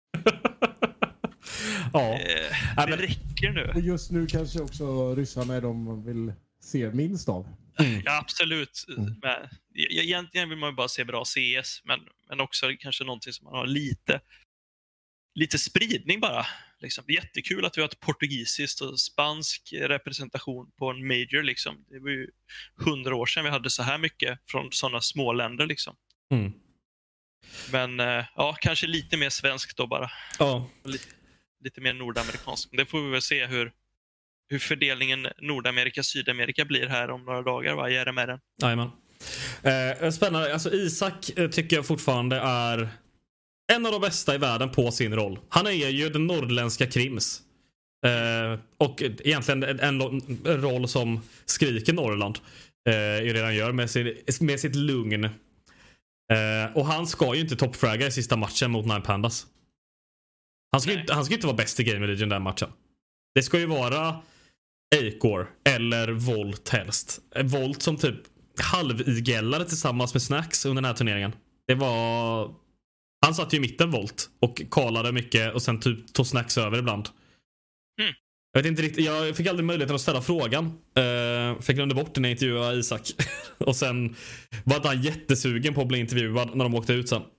Det räcker nu. Och just nu kanske också ryssarna är de man vill se minst av. Ja, absolut. Men, egentligen vill man ju bara se bra CS, men också kanske någonting som man har lite spridning bara. Liksom. Det är jättekul att vi har ett portugisiskt och spansk representation på en major. Liksom. Det var ju 100 år sedan vi hade så här mycket från sådana små länder. Liksom. Men kanske lite mer svenskt då bara. Lite mer nordamerikansk. Det får vi väl se hur fördelningen Nordamerika-Sydamerika blir här om några dagar. Vad är det med den? Jajamän. Spännande. Alltså Isak tycker jag fortfarande är en av de bästa i världen på sin roll. Han är ju den norrländska Krims. Och egentligen en roll som skriker Norrland. Ju redan gör med sitt lugn. Och han ska ju inte toppfragga i sista matchen mot Nine Pandas. Han ska inte vara bäst i Game Legion den matchen. Det ska ju vara Acor eller Volt helst. Volt som typ halv-igellade tillsammans med Snacks under den här turneringen. Han satt ju i mitten Volt och kalade mycket och sen typ tog Snacks över ibland. Jag vet inte riktigt, jag fick aldrig möjligheten att ställa frågan. Fick glömde bort när jag intervjuade Isak. Och sen var inte han jättesugen på att bli intervjuad när de åkte ut sen.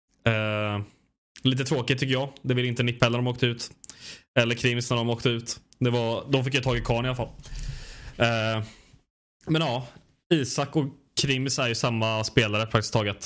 Lite tråkigt tycker jag. Det vill inte Nick Pell när de åkte ut. Eller Krims när de åkte ut. De fick ju tag i Karn i alla fall. Men ja, Isak och Krims är ju samma spelare praktiskt taget.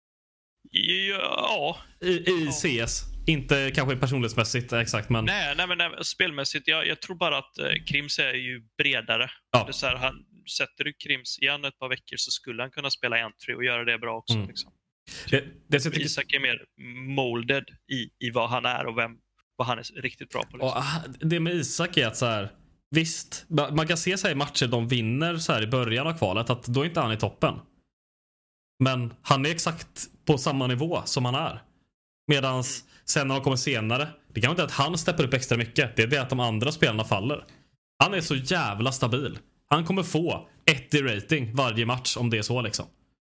Ja. I CS. Inte kanske personlighetsmässigt exakt, men... Nej, spelmässigt. Jag tror bara att Krims är ju bredare. Ja. Det är så här, sätter du Krims igen ett par veckor så skulle han kunna spela entry och göra det bra också. Liksom. Isak är mer molded i vad han är och vad han är riktigt bra på. Liksom. Och det med Isak är att så här, visst, man kan se så här i matcher de vinner så här i början av kvalet att då är inte han i toppen. Men han är exakt på samma nivå som han är. Medan sen när de kommer senare, det kan inte att han steppar upp extra mycket. Det är det att de andra spelarna faller. Han är så jävla stabil. Han kommer få 1 i rating varje match om det är så liksom.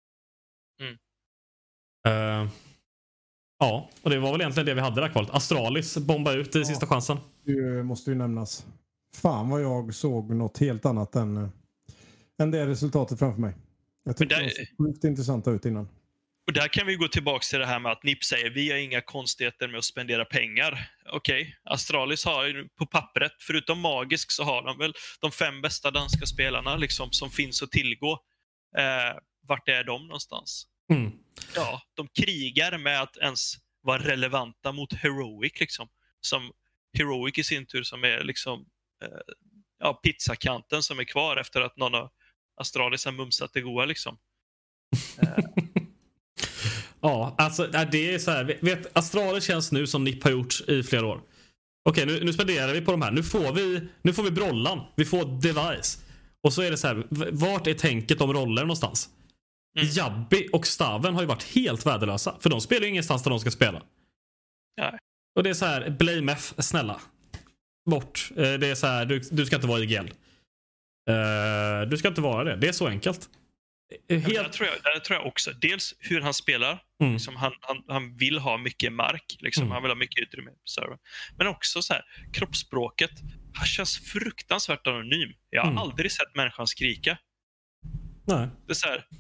Ja, och det var väl egentligen det vi hade där kvalet. Astralis bomba ut i sista chansen. Det måste ju nämnas. Fan vad jag såg något helt annat än det resultatet framför mig. Jag tyckte det såg sjukt intressanta ut innan. Och där kan vi gå tillbaka till det här med att NIP säger vi har inga konstigheter med att spendera pengar. Okej, Astralis har ju på pappret, förutom Magisk, så har de väl de 5 bästa danska spelarna liksom, som finns att tillgå. Vart är de någonstans? Ja, de krigar med att ens vara relevanta mot Heroic. Liksom. Som Heroic i sin tur som är liksom, pizzakanten som är kvar efter att någon av Astralis har mumsat det goda. Liksom. Ja, alltså det är så här. Vet, Astralis känns nu som NIP har gjort i flera år. Okej, nu spenderar vi på de här. Nu får vi Brollan. Vi får Device. Och så är det så här, vart är tänket om roller någonstans? Jabbi och Staven har ju varit helt värdelösa. För de spelar ju ingenstans där de ska spela. Nej. Och det är så här, Blame F, snälla. Bort. Det är så här, du ska inte vara IGL. Du ska inte vara det. Det är så enkelt. Där tror jag också. Dels hur han spelar. Liksom han vill ha mycket mark. Liksom. Han vill ha mycket utrymme på servern. Men också så här, kroppsspråket. Han känns fruktansvärt anonym. Jag har aldrig sett människan skrika. Nej. Det är så här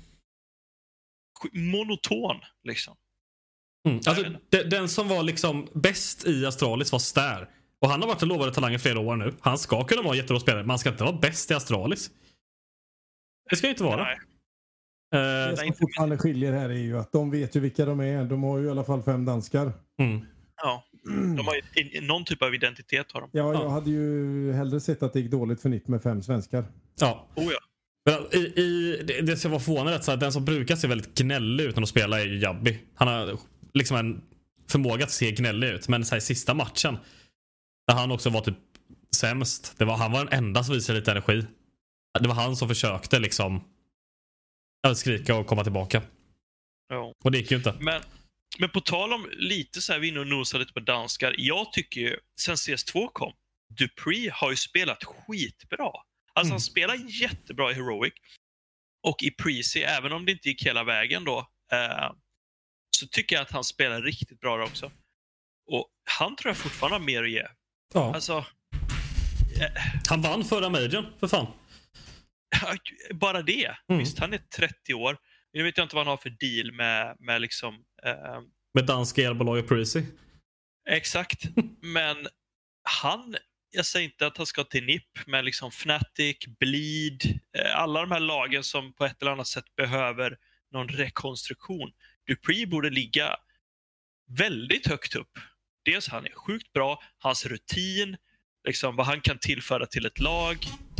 monoton liksom. Alltså, den som var liksom bäst i Astralis var Stär. Och han har varit en lovade talang i flera år nu. Han ska kunna vara en jättebra spelare. Man ska inte vara bäst i Astralis. Det ska inte vara. Nej. Det som fortfarande skiljer här är ju att de vet ju vilka de är. De har ju i alla fall 5 danskar. Ja, de har ju någon typ av identitet har de. Ja, jag hade ju hellre sett att det gick dåligt för NIP med 5 svenskar. Ja. Oh ja. Det ska vara förvånande att så här, den som brukar se väldigt gnällig ut när de spelar är ju Jabbi. Han har liksom en förmåga att se gnällig ut. Men så här, i sista matchen där han också var typ sämst. Han var den enda som visade lite energi. Det var han som försökte liksom skrika och komma tillbaka. Ja. Och det gick ju inte. Men på tal om lite så här, vi nosar lite på danskar. Jag tycker ju, sen CS2 kom, Dupree har ju spelat skitbra. Alltså han spelar jättebra i Heroic. Och i Prezi, även om det inte gick hela vägen då, så tycker jag att han spelar riktigt bra också. Och han tror jag fortfarande har mer att ge. Ja. Alltså, han vann förra majorn, för fan. Bara det. Visst, han är 30 år. Jag vet inte vad han har för deal med liksom... med danska elbolag och Prezi. Exakt. Men jag säger inte att han ska till NIP, men liksom Fnatic, Bleed, alla de här lagen som på ett eller annat sätt behöver någon rekonstruktion. Dupree borde ligga väldigt högt upp. Dels han är sjukt bra, hans rutin, liksom vad han kan tillföra till ett lag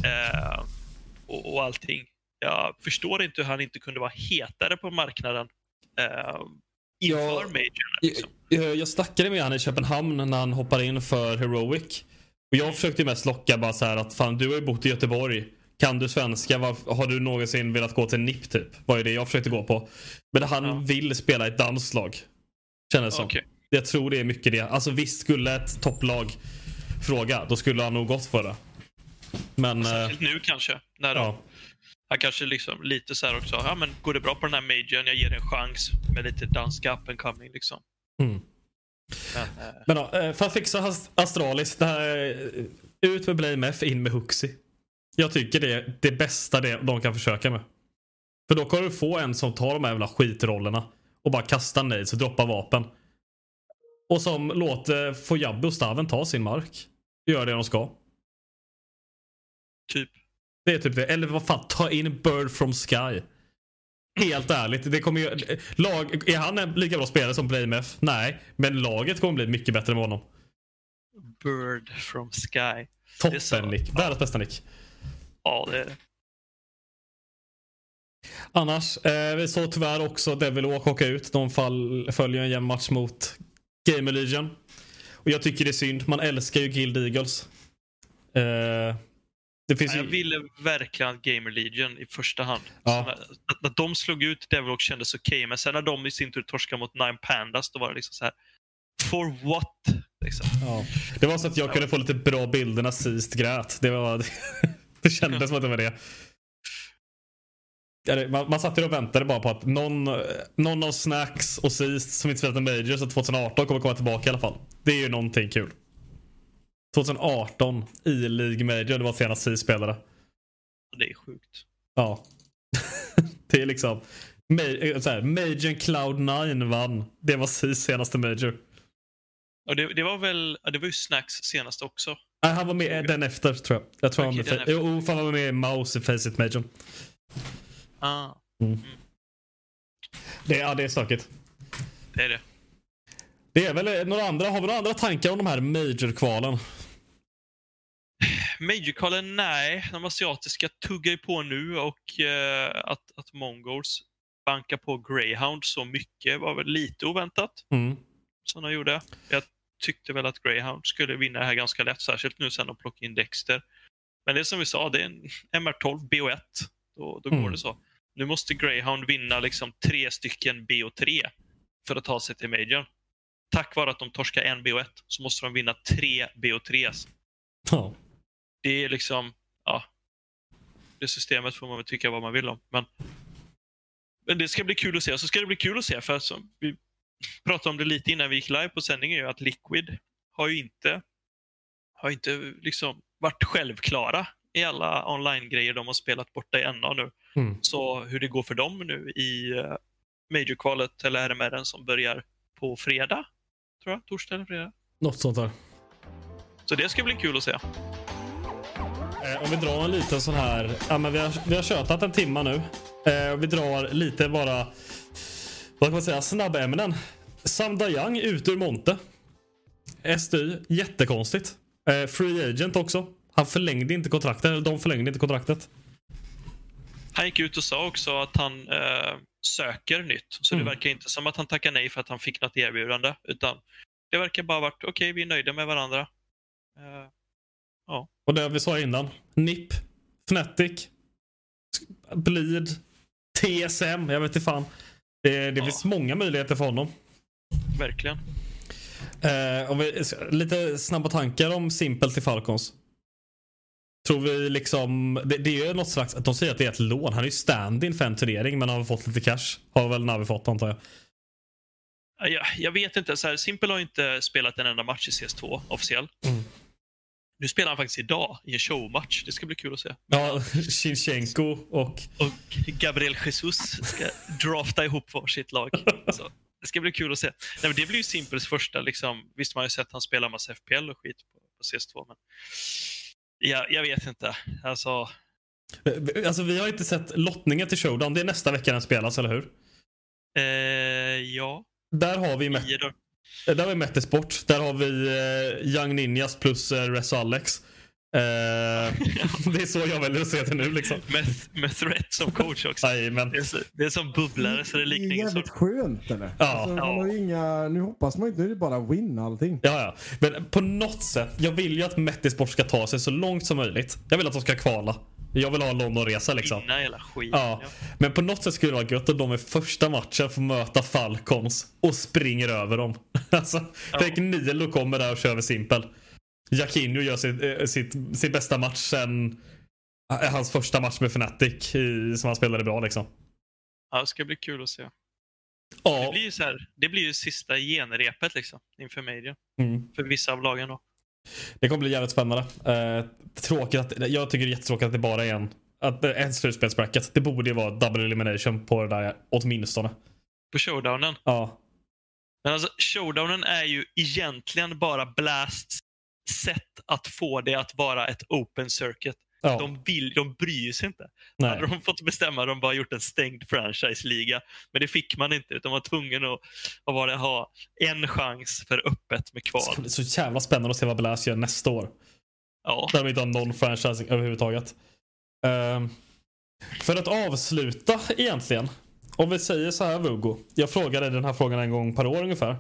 och allting. Jag förstår inte hur han inte kunde vara hetare på marknaden inför majorn. Liksom. Jag snackade med han i Köpenhamn när han hoppade in för Heroic. Och jag försökte mest locka bara så här att fan, du har ju bott i Göteborg. Kan du svenska? Har du någonsin velat gå till NIP typ? Vad är det jag försökte gå på? Men han vill spela i ett danslag. Känner som. Okay. Jag tror det är mycket det. Alltså visst, skulle ett topplag fråga, då skulle han nog gått för det. Men särskilt nu kanske. När han kanske liksom lite så här också. Ja, men går det bra på den här majorn? Jag ger en chans med lite danska up and coming liksom. Men för att fixa Astralis, det här, ut med Blame F, in med Huxi. Jag tycker det är det bästa de kan försöka med. För då kan du få en som tar de här jävla skitrollerna och bara kastar nades och droppar vapen. Och som låter Fojabbe och Staven ta sin mark. Gör det de ska. Typ. Det är typ det. Eller vad fan, ta in Bird from Sky. Helt ärligt, det kommer ju, är han en lika bra spelare som Blame F? Nej, men laget kommer bli mycket bättre med honom. Bird from Sky. Toppen nick, världens bästa nick. Ja, det är det. Annars, vi såg tyvärr också Devil Walk åka ut. De följer en jämn match mot Gamer Legion. Och jag tycker det är synd, man älskar ju Guild Eagles. Jag ville verkligen att Gamer Legion i första hand. Ja. När de slog ut Devil Walk kändes okej. Men sen när de i sin tur torskade mot Nine Pandas, då var det liksom så här: for what? Liksom. Ja. Det var så att jag kunde få lite bra bilder när Seast grät. Det kändes som att det var det. Man satt och väntade bara på att någon av Snacks och Seast som inte spelat en major så 2018 kommer komma tillbaka i alla fall. Det är ju någonting kul. 2018 i League Major, det var senast 10 spelare. Det är sjukt. Ja. Det är liksom, Major Cloud9 vann. Det var Sis senaste Major. Och det var ju Snacks senaste också. Nej, han var med den efter, tror jag. Jag tror han var med i Mouse i Face It Major. Det är stökigt. Det är det. Det är väl har vi några andra tankar om de här Major-kvalen? Major-kvalen, nej. De asiatiska tuggar ju på nu och att Mongols bankar på Greyhound så mycket var väl lite oväntat. Som de gjorde. Jag tyckte väl att Greyhound skulle vinna det här ganska lätt, särskilt nu sen de plockar in Dexter. Men det är som vi sa, det är en MR12 BO1. Då går det så. Nu måste Greyhound vinna liksom 3 stycken BO3 för att ta sig till Major. Tack vare att de torskar en BO1 så måste de vinna 3 BO3s. Ja. Det är liksom, ja. Det systemet får man väl tycka vad man vill om. Men det ska bli kul att se. Så ska det bli kul att se, för som vi pratade om det lite innan vi gick live på sändningen, ju att Liquid har ju inte liksom varit självklara i alla online-grejer de har spelat borta i NA nu. Så hur det går för dem nu i Major-kvalet eller RMR:en som börjar på fredag, tror jag, torsdag eller fredag. Något sånt där. Så det ska bli kul att se. Om vi drar en liten sån här, ja, men vi har tjötat en timma nu. Vi drar lite bara, vad kan man säga, snabba ämnen. Sam Dayang ut ur Monte. SDY, jättekonstigt. Free agent också. Han förlängde inte kontraktet, eller de förlängde inte kontraktet. Han gick ut och sa också att han söker nytt. Så det verkar inte som att han tackar nej för att han fick något erbjudande. Utan det verkar bara varit, okej, vi är nöjda med varandra. Ja. Och det vi sa innan. NiP, Fnatic, Bleed, TSM, jag vet inte fan. Det finns många möjligheter för honom. Verkligen. Lite snabba tankar om Simple till Falcons. Tror vi liksom, det är ju något slags, att de säger att det är ett lån. Han är ju stand-in för en turnering, men har fått lite cash. Har väl Navi fått, antar jag. Jag vet inte, så här, Simple har inte spelat en enda match i CS2 officiell. Nu spelar han faktiskt idag i en showmatch. Det ska bli kul att se. Ja, Shinchenko och Gabriel Jesus ska drafta ihop var sitt lag. Så det ska bli kul att se. Nej, men det blir ju Simples första liksom, visst man har ju sett han spela massa FPL och skit på CS2, men jag vet inte. Alltså vi har inte sett lottningen till Showdown. Det är nästa vecka den spelas, eller hur? Ja. Där har vi Mettesport. Där har vi Young Ninjas plus Reso Alex. Det är så jag väljer att se det nu liksom. Med Threat som coach också. Aj, men... det är som bubblare, så det är liknande. Det är jävligt skönt, eller? Ja. Alltså, man har inga, nu hoppas man inte, nu är det bara win allting. Ja. Men på något sätt, jag vill ju att Mettesport ska ta sig så långt som möjligt. Jag vill att de ska kvala. Jag vill ha en Londonresa liksom. Inna hela skit. Ja. Men på något sätt skulle det vara gött att de i första matchen får möta Falcons och springer över dem. Alltså, tänk Nilo kommer där och kör över Simple. Jakinho gör sin bästa match sen hans första match med Fnatic som han spelade bra liksom. Ja, det ska bli kul att se. Ja. Det blir ju så här, det blir ju sista genrepet liksom inför Major. För vissa av lagen då. Det kommer bli jävligt spännande. Jag tycker det är jättetråkigt att det bara är en slutspelsbracket. Det borde ju vara double elimination på det där åtminstone. På showdownen? Ja. Men alltså showdownen är ju egentligen bara Blasts sätt att få det att vara ett open circuit. Ja. De bryr sig inte. Nej. Hade de fått bestämma, de bara gjort en stängd franchise-liga. Men det fick man inte. De var tvungna att ha en chans för öppet med kval. Det är så jävla spännande att se vad Blast gör nästa år. Ja. Där de inte har någon franchising överhuvudtaget. För att avsluta egentligen. Om vi säger så här, Vugo. Jag frågade den här frågan en gång per år ungefär.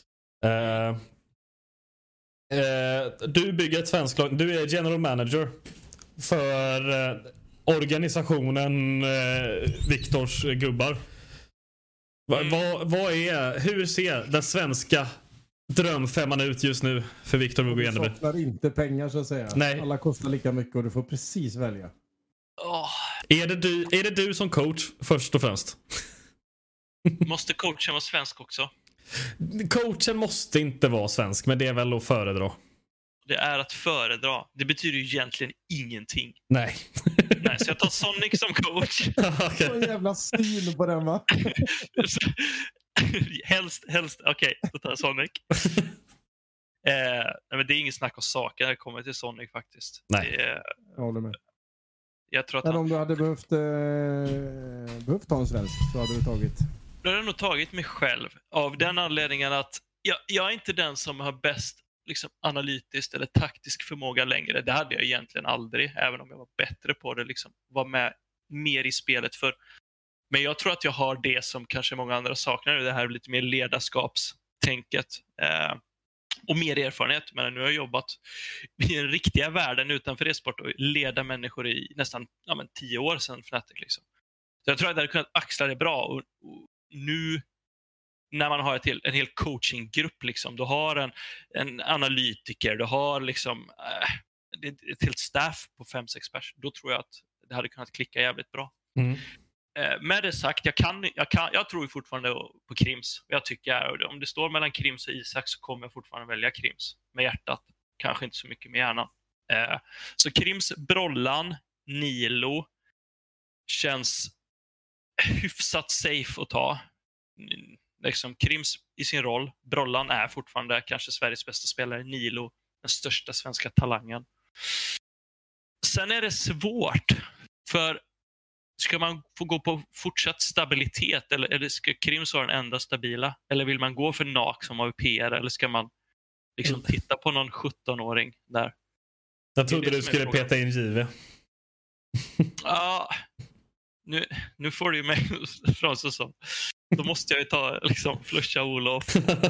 Du bygger ett svenskt lag. Du är general manager för organisationen Viktors gubbar. Hur ser den svenska drömfemman ut just nu för Viktor Vugo Eneby? Du saknar inte pengar så att säga. Nej. Alla kostar lika mycket och du får precis välja. Är det du som coach först och främst? Måste coachen vara svensk också? Coachen måste inte vara svensk, men det är väl att föredra. Det är att föredra. Det betyder ju egentligen ingenting. Nej. Nej, så jag tar Sonic som coach. Okay. Så jävla stil på den, va? helst. Okej, då tar jag Sonic. Men det är ingen snack om saker när det kommer till Sonic faktiskt. Nej. Jag håller med. Jag tror att Men om du hade behövt ta en svensk så hade du tagit... Då hade jag nog tagit mig själv. Av den anledningen att jag är inte den som har bäst liksom, analytiskt eller taktisk förmåga längre. Det hade jag egentligen aldrig. Även om jag var bättre på det. Liksom, var med mer i spelet. Men jag tror att jag har det som kanske många andra saknar. Det här lite mer ledarskapstänket. Och mer erfarenhet. Men nu har jag jobbat i den riktiga världen utanför e-sport och leda människor i nästan 10 år sedan Fnatic. Liksom. Så jag tror att jag hade kunnat axla det bra. Och nu när man har en hel coachinggrupp, liksom, du har en analytiker, du har liksom, ett helt staff på 5-6 pers. Då tror jag att det hade kunnat klicka jävligt bra. Mm. Med det sagt, jag tror fortfarande på Krims. Jag tycker om det står mellan Krims och Isak så kommer jag fortfarande välja Krims. Med hjärtat. Kanske inte så mycket med hjärnan. Så Krims, Brollan, Nilo känns hyfsat safe att ta. Liksom Krims i sin roll. Brollan är fortfarande kanske Sveriges bästa spelare. Nilo, den största svenska talangen. Sen är det svårt. För ska man få gå på fortsatt stabilitet eller ska Krims vara den enda stabila? Eller vill man gå för NAK som AVPR eller ska man liksom titta på någon 17-åring där? Jag trodde du skulle peta in JV. Ja, nu får du ju mig från så som. Då måste jag ju ta liksom flusha Olof.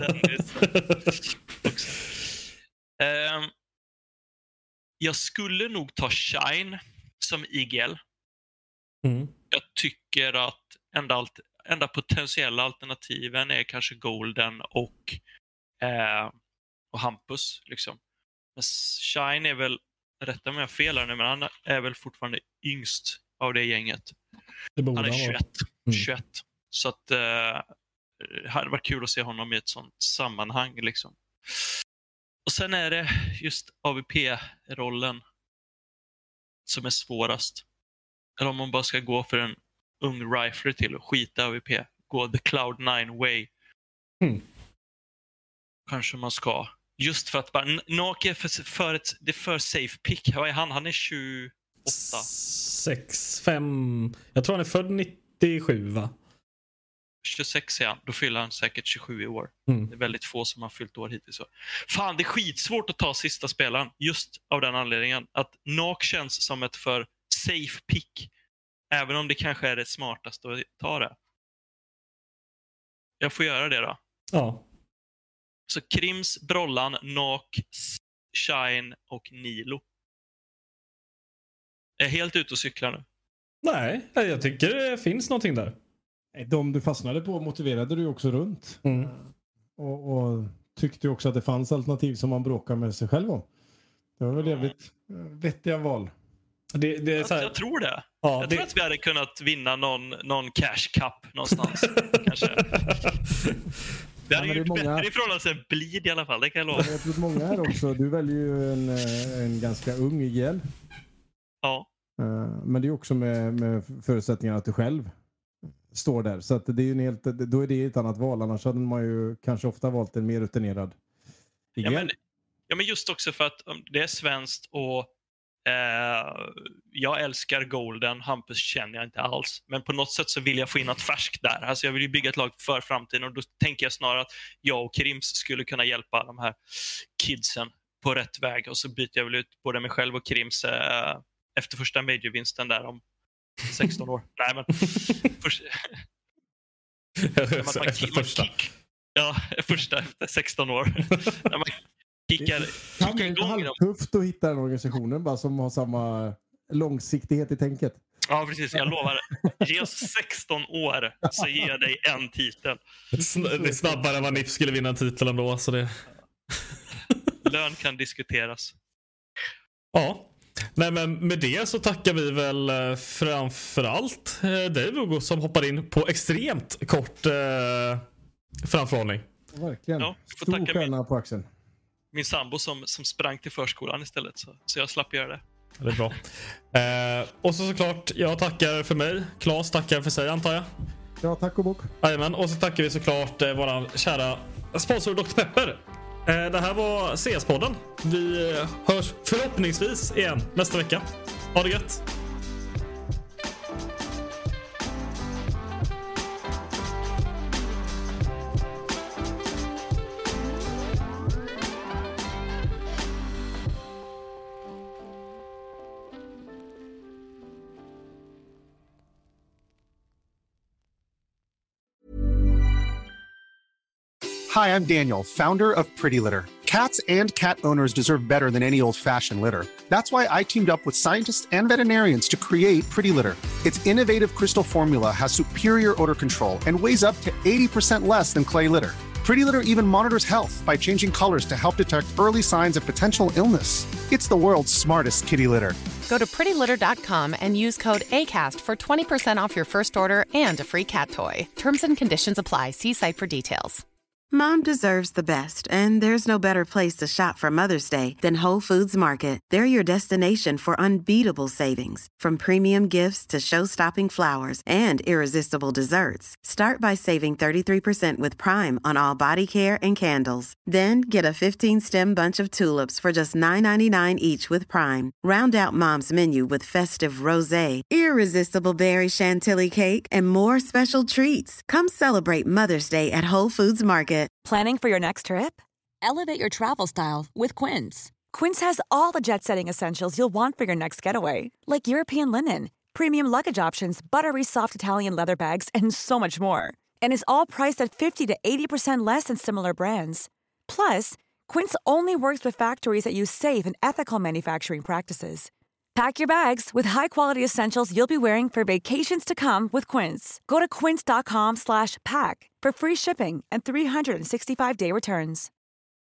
Jag skulle nog ta Shine som IGL. Mm. Jag tycker att enda potentiella alternativen är kanske Golden och Hampus. Liksom. Men Shine är väl, rätta mig om jag felar nu, men han är väl fortfarande yngst av det gänget. Han är 21. 21. Så att det hade varit kul att se honom i ett sånt sammanhang. Liksom. Och sen är det just AVP-rollen som är svårast. Eller om man bara ska gå för en ung rifler till och skita AVP. Gå the Cloud9 way. Kanske man ska. Just för att bara Nake är för safe pick. Vad är han? Han är 28. 5. Jag tror han är född 97, va? 26 är han. Då fyller han säkert 27 i år. Det är väldigt få som har fyllt år hittills. Fan, det är skitsvårt att ta sista spelaren. Just av den anledningen. Att Nak känns som ett för safe pick. Även om det kanske är det smartaste att ta det. Jag får göra det då. Ja. Så Krims, Brollan, Nak, Shine och Nilo. Jag är helt ute och cyklar nu. Nej, jag tycker det finns någonting där. De du fastnade på motiverade du också runt. Och tyckte också att det fanns alternativ som man bråkar med sig själv om. Det var väl jävligt vettiga val. Det är så här... Jag tror det. Ja, jag tror att vi hade kunnat vinna någon cash cup någonstans. Kanske. Det hade gjort bättre ifrån oss en blid i alla fall, det kan jag lova. Jag tror att många här också, du väljer ju en ganska ung IGL. Ja. Men det är också med förutsättningarna att du själv står där. Så att det är ju då är det ett annat val. Annars hade man ju kanske ofta valt en mer rutinerad IGL. Ja, men just också för att det är svenskt och jag älskar Golden. Hampus känner jag inte alls. Men på något sätt så vill jag få in något färskt där. Alltså jag vill ju bygga ett lag för framtiden. Och då tänker jag snarare att jag och Krims skulle kunna hjälpa de här kidsen på rätt väg. Och så byter jag väl ut både mig själv och Krims efter första majorvinsten där om 16 år. Nej, men första efter 16 år. När man kickar igång dem. Tufft att hitta den organisationen bara som har samma långsiktighet i tänket. Ja, precis. Jag lovar. Ge oss 16 år så ger jag dig en titel. Det är snabbare än vad NIP skulle vinna en titel ändå. Så det... Lön kan diskuteras. Ja. Nej, men med det så tackar vi väl framförallt dig, Hugo, som hoppar in på extremt kort framförhållning. Verkligen. Ja, stor stjärna på axeln. min sambo som sprang till förskolan istället. Så jag slapp göra det. Det är bra. Och så såklart, jag tackar för mig. Claes tackar för sig, antar jag. Ja, tack och bok. Jajamän, och så tackar vi såklart våran kära sponsor Dr. Pepper. Det här var CS-podden. Vi hörs förhoppningsvis igen nästa vecka. Ha det gött! Hi, I'm Daniel, founder of Pretty Litter. Cats and cat owners deserve better than any old-fashioned litter. That's why I teamed up with scientists and veterinarians to create Pretty Litter. Its innovative crystal formula has superior odor control and weighs up to 80% less than clay litter. Pretty Litter even monitors health by changing colors to help detect early signs of potential illness. It's the world's smartest kitty litter. Go to prettylitter.com and use code ACAST for 20% off your first order and a free cat toy. Terms and conditions apply. See site for details. Mom deserves the best, and there's no better place to shop for Mother's Day than Whole Foods Market. They're your destination for unbeatable savings, from premium gifts to show-stopping flowers and irresistible desserts. Start by saving 33% with Prime on all body care and candles. Then get a 15-stem bunch of tulips for just $9.99 each with Prime. Round out Mom's menu with festive rosé, irresistible berry chantilly cake, and more special treats. Come celebrate Mother's Day at Whole Foods Market. Planning for your next trip? Elevate your travel style with Quince. Quince has all the jet-setting essentials you'll want for your next getaway, like European linen, premium luggage options, buttery soft Italian leather bags, and so much more. And is all priced at 50 to 80% less than similar brands. Plus, Quince only works with factories that use safe and ethical manufacturing practices. Pack your bags with high-quality essentials you'll be wearing for vacations to come with Quince. Go to quince.com/pack for free shipping and 365-day returns.